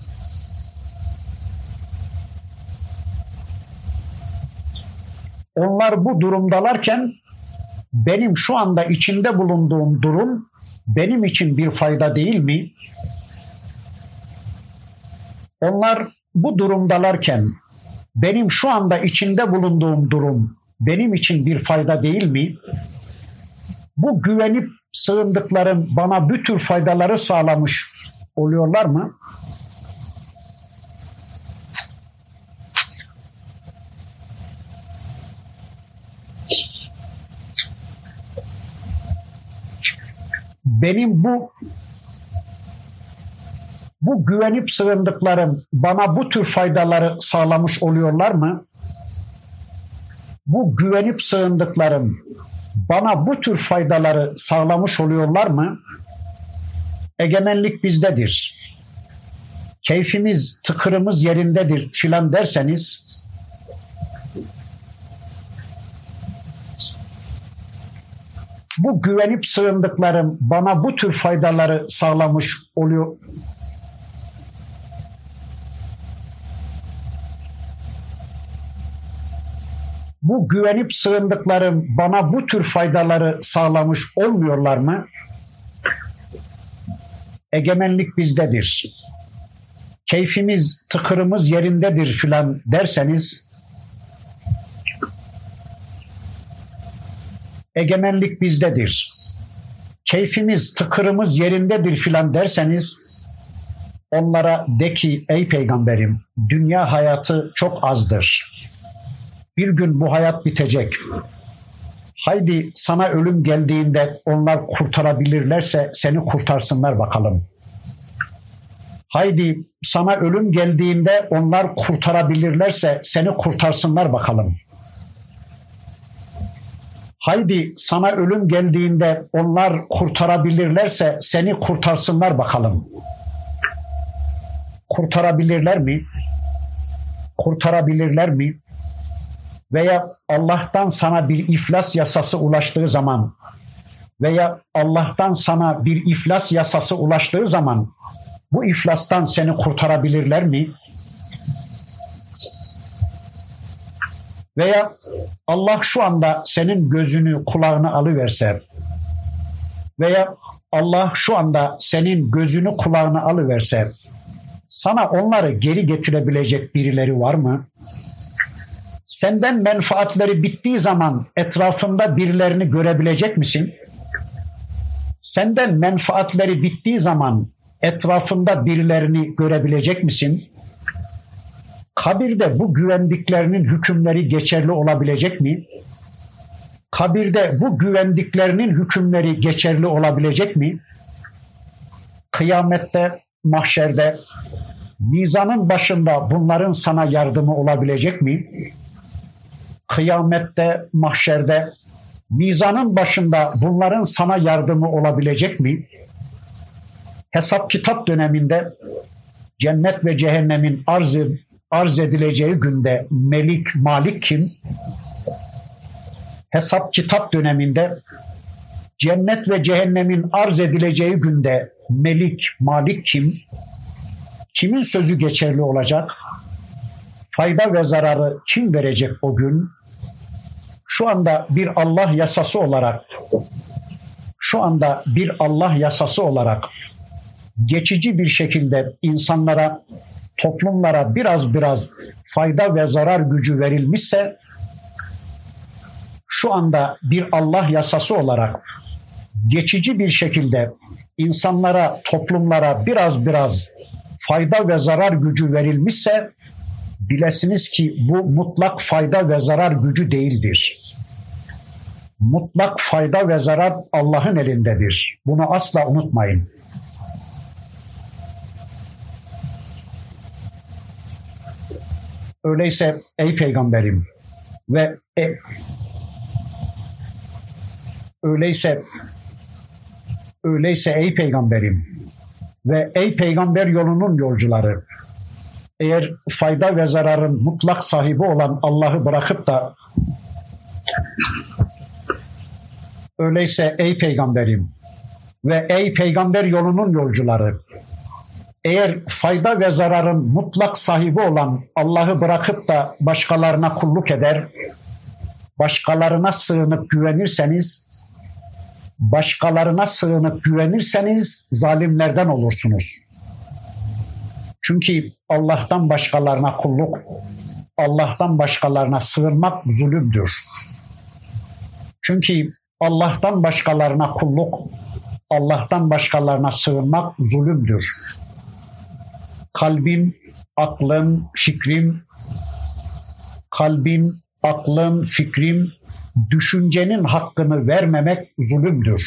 onlar bu durumdalarken benim şu anda içinde bulunduğum durum benim için bir fayda değil mi? Onlar bu durumdalarken benim şu anda içinde bulunduğum durum benim için bir fayda değil mi? Bu güvenip sığındıklarım bana bu tür faydaları sağlamış oluyorlar mı? Benim bu bu güvenip sığındıklarım bana bu tür faydaları sağlamış oluyorlar mı? Bu güvenip sığındıklarım bana bu tür faydaları sağlamış oluyorlar mı? Egemenlik bizdedir. Keyfimiz, tıkırımız yerindedir filan derseniz, bu güvenip sığındıklarım bana bu tür faydaları sağlamış oluyor. Bu güvenip sığındıklarım bana bu tür faydaları sağlamış olmuyorlar mı? Egemenlik bizdedir. Keyfimiz, tıkırımız yerindedir filan derseniz, egemenlik bizdedir. Keyfimiz, tıkırımız yerindedir filan derseniz, onlara de ki ey peygamberim, dünya hayatı çok azdır. Bir gün bu hayat bitecek. Haydi sana ölüm geldiğinde onlar kurtarabilirlerse seni kurtarsınlar bakalım. Haydi sana ölüm geldiğinde onlar kurtarabilirlerse seni kurtarsınlar bakalım. Haydi sana ölüm geldiğinde onlar kurtarabilirlerse seni kurtarsınlar bakalım. Kurtarabilirler mi? Kurtarabilirler mi? Veya Allah'tan sana bir iflas yasası ulaştığı zaman veya Allah'tan sana bir iflas yasası ulaştığı zaman bu iflastan seni kurtarabilirler mi? Veya Allah şu anda senin gözünü, kulağını alıverse veya Allah şu anda senin gözünü, kulağını alıverse sana onları geri getirebilecek birileri var mı? Senden menfaatleri bittiği zaman etrafında birilerini görebilecek misin? Senden menfaatleri bittiği zaman etrafında birilerini görebilecek misin? Kabirde bu güvendiklerinin hükümleri geçerli olabilecek mi? Kabirde bu güvendiklerinin hükümleri geçerli olabilecek mi? Kıyamette, mahşerde, mizanın başında bunların sana yardımı olabilecek mi? Kıyamette, mahşerde, mizanın başında bunların sana yardımı olabilecek mi? Hesap kitap döneminde cennet ve cehennemin arz, arz edileceği günde Melik, Malik kim? Hesap kitap döneminde cennet ve cehennemin arz edileceği günde Melik, Malik kim? Kimin sözü geçerli olacak? Fayda ve zararı kim verecek o gün? Şu anda bir Allah yasası olarak, şu anda bir Allah yasası olarak geçici bir şekilde insanlara, toplumlara biraz biraz fayda ve zarar gücü verilmişse, şu anda bir Allah yasası olarak geçici bir şekilde insanlara, toplumlara biraz biraz fayda ve zarar gücü verilmişse, bilesiniz ki bu mutlak fayda ve zarar gücü değildir. Mutlak fayda ve zarar Allah'ın elindedir. Bunu asla unutmayın. Öyleyse ey peygamberim ve e, öyleyse öyleyse ey peygamberim ve ey peygamber yolunun yolcuları, eğer fayda ve zararın mutlak sahibi olan Allah'ı bırakıp da öyleyse ey peygamberim ve ey peygamber yolunun yolcuları, eğer fayda ve zararın mutlak sahibi olan Allah'ı bırakıp da başkalarına kulluk eder, başkalarına sığınıp güvenirseniz, başkalarına sığınıp güvenirseniz zalimlerden olursunuz. Çünkü Allah'tan başkalarına kulluk, Allah'tan başkalarına sığınmak zulümdür. Çünkü Allah'tan başkalarına kulluk, Allah'tan başkalarına sığınmak zulümdür. Kalbim, aklım, fikrim, kalbim, aklım, fikrim, düşüncenin hakkını vermemek zulümdür.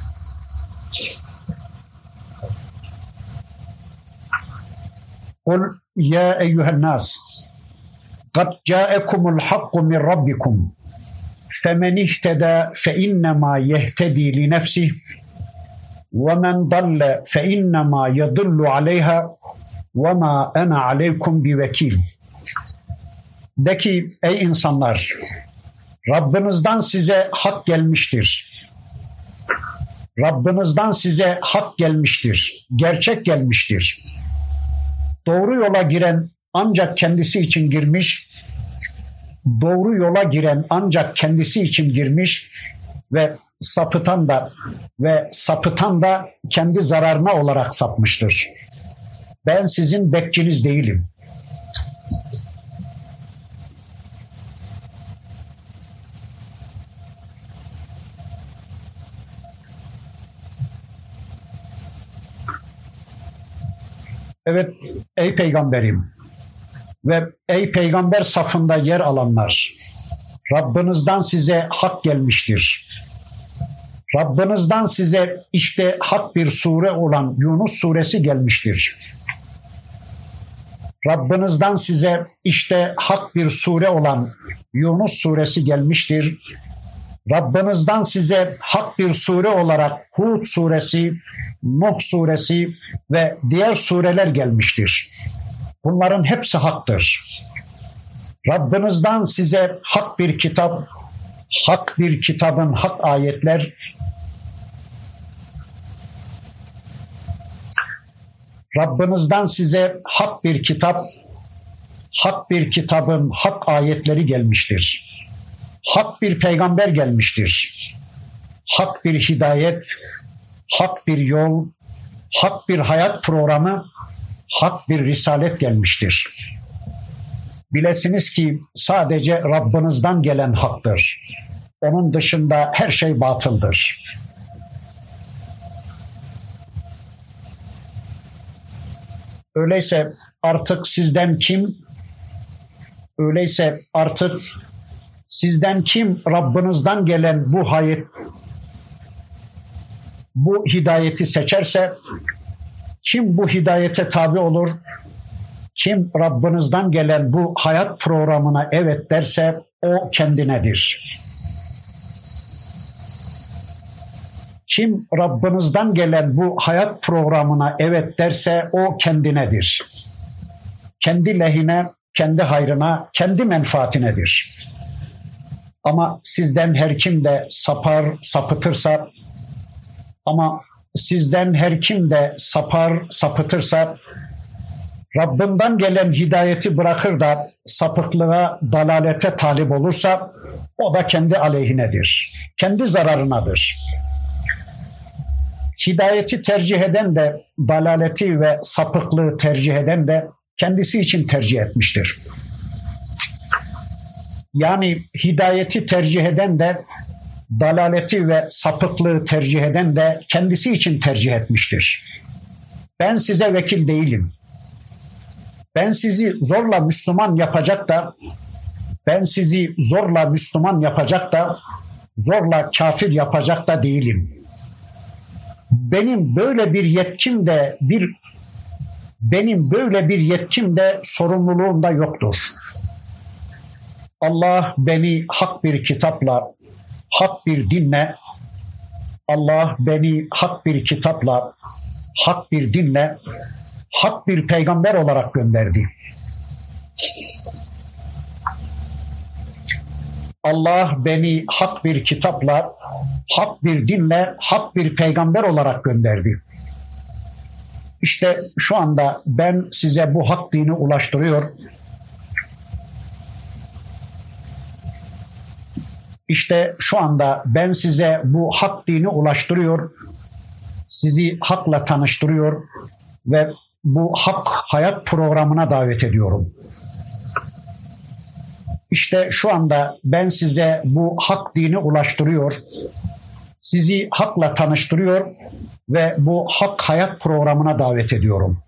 Kul ya eyyühen nas kad câekumul hakku min rabbikum femen ihtedâ fe innemâ yehtedî li nefsih ve men dalle fe innemâ yadullu aleyha ve ma ana aleykum bi vekil. De ki ey insanlar, Rabbinizden size hak gelmiştir. Rabbinizden size hak gelmiştir. Gerçek gelmiştir. Doğru yola giren ancak kendisi için girmiş, doğru yola giren ancak kendisi için girmiş ve sapıtan da ve sapıtan da kendi zararına olarak sapmıştır. Ben sizin bekçiniz değilim. Evet ey peygamberim ve ey peygamber safında yer alanlar, Rabbinizden size hak gelmiştir. Rabbinizden size işte hak bir sure olan Yunus suresi gelmiştir. Rabbinizden size işte hak bir sure olan Yunus suresi gelmiştir. Rabbinizden size hak bir sure olarak Hud suresi, Nuh suresi ve diğer sureler gelmiştir. Bunların hepsi haktır. Rabbinizden size hak bir kitap, hak bir kitabın hak ayetler, Rabbinizden size hak bir kitap, hak bir kitabın hak ayetleri gelmiştir. Hak bir peygamber gelmiştir. Hak bir hidayet, hak bir yol, hak bir hayat programı, hak bir risalet gelmiştir. Bilesiniz ki sadece Rabbinizden gelen haktır. Onun dışında her şey batıldır. Öyleyse artık sizden kim, öyleyse artık sizden kim Rabbinizden gelen bu hayat, bu hidayeti seçerse, kim bu hidayete tabi olur, kim Rabbinizden gelen bu hayat programına evet derse o kendinedir. Kim Rabbinizden gelen bu hayat programına evet derse o kendinedir. Kendi lehine, kendi hayrına, kendi menfaatinedir. Ama sizden her kim de sapar, sapıtırsa, ama sizden her kim de sapar, sapıtırsa, Rabbinden gelen hidayeti bırakır da sapıklığa, dalalete talip olursa o da kendi aleyhinedir. Kendi zararınadır. Hidayeti tercih eden de dalaleti ve sapıklığı tercih eden de kendisi için tercih etmiştir. Yani hidayeti tercih eden de dalaleti ve sapıklığı tercih eden de kendisi için tercih etmiştir. Ben size vekil değilim. Ben sizi zorla Müslüman yapacak da, ben sizi zorla Müslüman yapacak da, zorla kafir yapacak da değilim. Benim böyle bir yetkim de bir benim böyle bir yetkim de sorumluluğum da yoktur. Allah beni hak bir kitapla, hak bir dinle, Allah beni hak bir kitapla, hak bir dinle, hak bir peygamber olarak gönderdi. Allah beni hak bir kitapla, hak bir dinle, hak bir peygamber olarak gönderdi. İşte şu anda ben size bu hak dini ulaştırıyor. İşte şu anda ben size bu hak dini ulaştırıyor. Sizi hakla tanıştırıyor ve bu hak hayat programına davet ediyorum. İşte şu anda ben size bu hak dini ulaştırıyor, sizi hakla tanıştırıyor ve bu hak hayat programına davet ediyorum.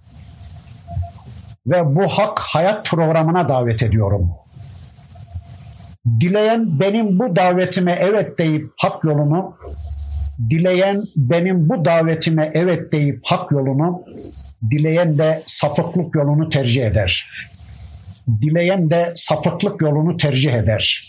Ve bu hak hayat programına davet ediyorum. Dileyen benim bu davetime evet deyip hak yolunu, dileyen benim bu davetime evet deyip hak yolunu, dileyen de sapıklık yolunu tercih eder. Dileyen de sapıklık yolunu tercih eder.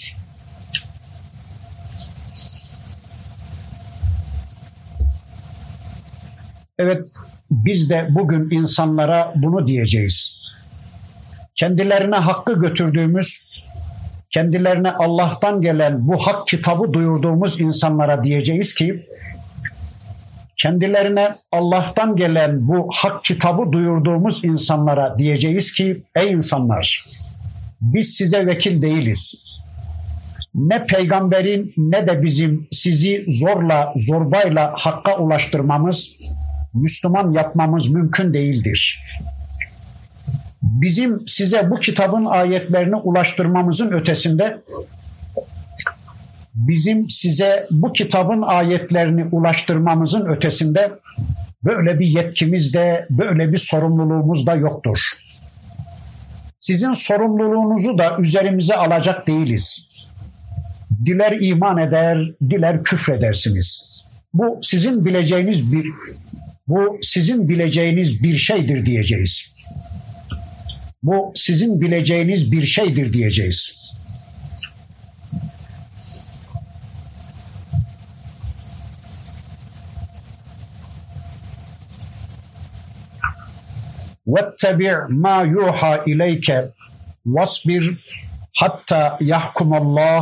Evet, biz de bugün insanlara bunu diyeceğiz. Kendilerine hakkı götürdüğümüz, kendilerine Allah'tan gelen bu hak kitabı duyurduğumuz insanlara diyeceğiz ki, kendilerine Allah'tan gelen bu hak kitabı duyurduğumuz insanlara diyeceğiz ki, ey insanlar, biz size vekil değiliz. Ne peygamberin ne de bizim sizi zorla, zorbayla hakka ulaştırmamız, Müslüman yapmamız mümkün değildir. Bizim size bu kitabın ayetlerini ulaştırmamızın ötesinde, bizim size bu kitabın ayetlerini ulaştırmamızın ötesinde böyle bir yetkimiz de, böyle bir sorumluluğumuz da yoktur. Sizin sorumluluğunuzu da üzerimize alacak değiliz. Diler iman eder, diler küfredersiniz. Bu sizin bileceğiniz bir bu sizin bileceğiniz bir şeydir diyeceğiz. Bu sizin bileceğiniz bir şeydir diyeceğiz. وَاتَّبِعْ مَا يُوحَى إِلَيْكَ وَاصْبِرْ حَتَّى يَحْكُمَ اللّٰهُ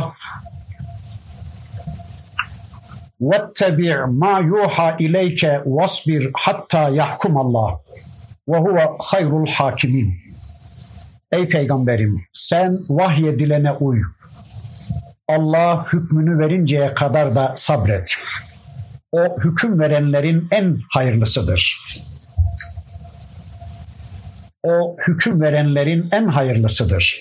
وَاتَّبِعْ مَا يُوحَى إِلَيْكَ وَاصْبِرْ حَتَّى يَحْكُمَ اللّٰهُ وَهُوَ خَيْرُ الْحَاكِمِينَ. Ey Peygamberim, sen vahyedilene uy. Allah hükmünü verinceye kadar da sabret. O hüküm verenlerin en hayırlısıdır. O hüküm verenlerin en hayırlısıdır.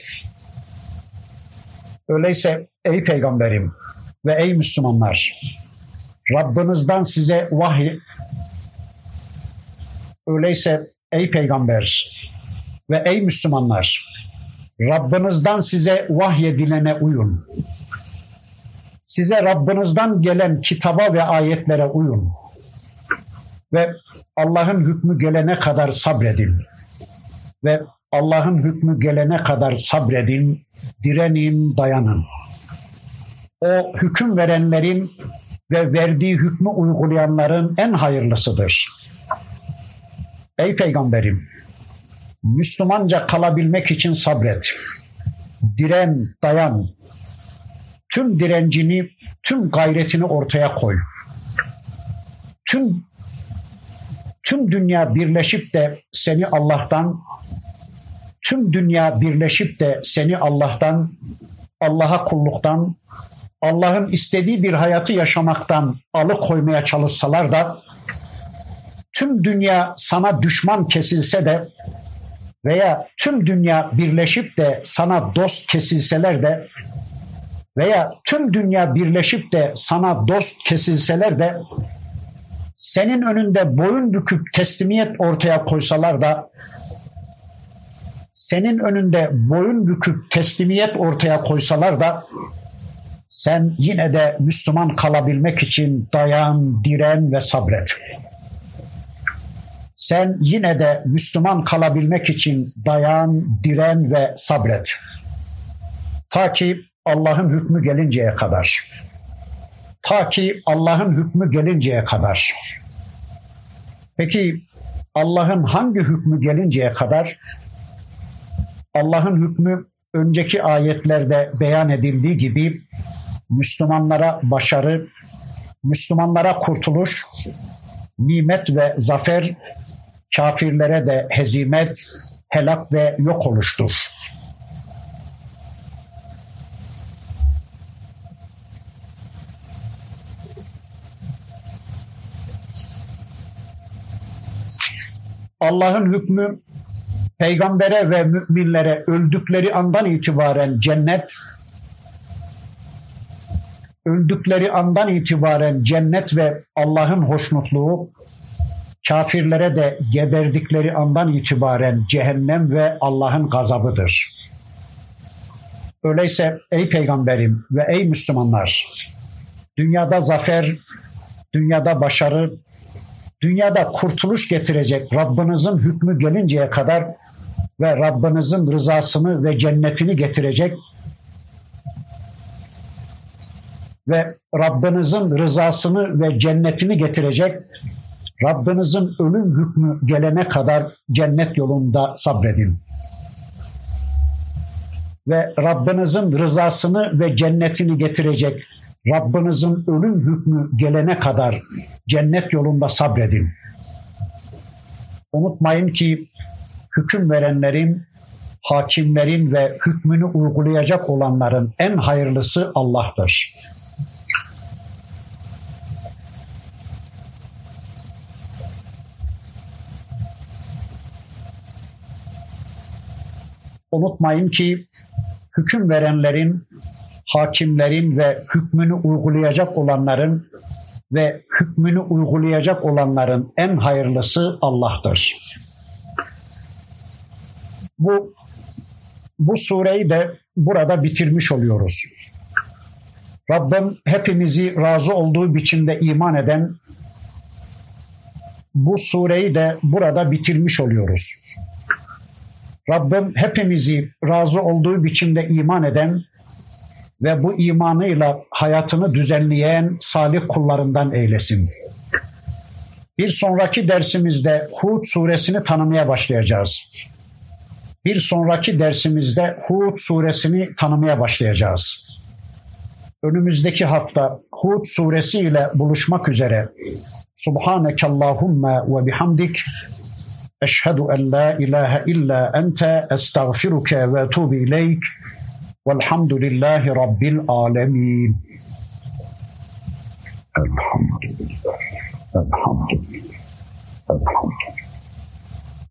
Öyleyse ey Peygamberim ve ey Müslümanlar, Rabbinizden size vahiy Öyleyse ey Peygamber ve ey Müslümanlar, Rabbinizden size vahyedilene uyun. Size Rabbinizden gelen kitaba ve ayetlere uyun. Ve Allah'ın hükmü gelene kadar sabredin. Ve Allah'ın hükmü gelene kadar sabredin, direnin, dayanın. O hüküm verenlerin ve verdiği hükmü uygulayanların en hayırlısıdır. Ey Peygamberim, Müslümanca kalabilmek için sabret. Diren, dayan. Tüm direncini, tüm gayretini ortaya koy. Tüm tüm dünya birleşip de seni Allah'tan tüm dünya birleşip de seni Allah'tan, Allah'a kulluktan, Allah'ın istediği bir hayatı yaşamaktan alıkoymaya çalışsalar da, tüm dünya sana düşman kesilse de veya tüm dünya birleşip de sana dost kesilseler de veya tüm dünya birleşip de sana dost kesilseler de, senin önünde boyun büküp teslimiyet ortaya koysalar da, senin önünde boyun büküp teslimiyet ortaya koysalar da, sen yine de Müslüman kalabilmek için dayan, diren ve sabret. Sen yine de Müslüman kalabilmek için dayan, diren ve sabret. Ta ki Allah'ın hükmü gelinceye kadar. Ta ki Allah'ın hükmü gelinceye kadar. Peki Allah'ın hangi hükmü gelinceye kadar? Allah'ın hükmü önceki ayetlerde beyan edildiği gibi Müslümanlara başarı, Müslümanlara kurtuluş, nimet ve zafer, kafirlere de hezimet, helak ve yok oluştur. Allah'ın hükmü peygambere ve müminlere öldükleri andan itibaren cennet, öldükleri andan itibaren cennet ve Allah'ın hoşnutluğu, kafirlere de geberdikleri andan itibaren cehennem ve Allah'ın gazabıdır. Öyleyse ey Peygamberim ve ey Müslümanlar, dünyada zafer, dünyada başarı, dünyada kurtuluş getirecek Rabbinizin hükmü gelinceye kadar ve Rabbinizin rızasını ve cennetini getirecek ve Rabbinizin rızasını ve cennetini getirecek, Rabbinizin ölüm hükmü gelene kadar cennet yolunda sabredin. Ve Rabbinizin rızasını ve cennetini getirecek, Rabbinizin ölüm hükmü gelene kadar cennet yolunda sabredin. Unutmayın ki hüküm verenlerin, hakimlerin ve hükmünü uygulayacak olanların en hayırlısı Allah'tır. Unutmayın ki hüküm verenlerin, hakimlerin ve hükmünü uygulayacak olanların ve hükmünü uygulayacak olanların en hayırlısı Allah'tır. Bu bu sureyi de burada bitirmiş oluyoruz. Rabbim hepimizi razı olduğu biçimde iman eden bu sureyi de burada bitirmiş oluyoruz. Rabbim hepimizi razı olduğu biçimde iman eden ve bu imanıyla hayatını düzenleyen salih kullarından eylesin. Bir sonraki dersimizde Hud suresini tanımaya başlayacağız. Bir sonraki dersimizde Hud suresini tanımaya başlayacağız. Önümüzdeki hafta Hud suresi ile buluşmak üzere. Subhaneke Allahümme ve bihamdik. Eşhedü en la ilahe illa ente estağfiruke ve etubu ileyk. Velhamdülillahi Rabbil alemin. Elhamdülillah. Elhamdülillah. Elhamdülillah.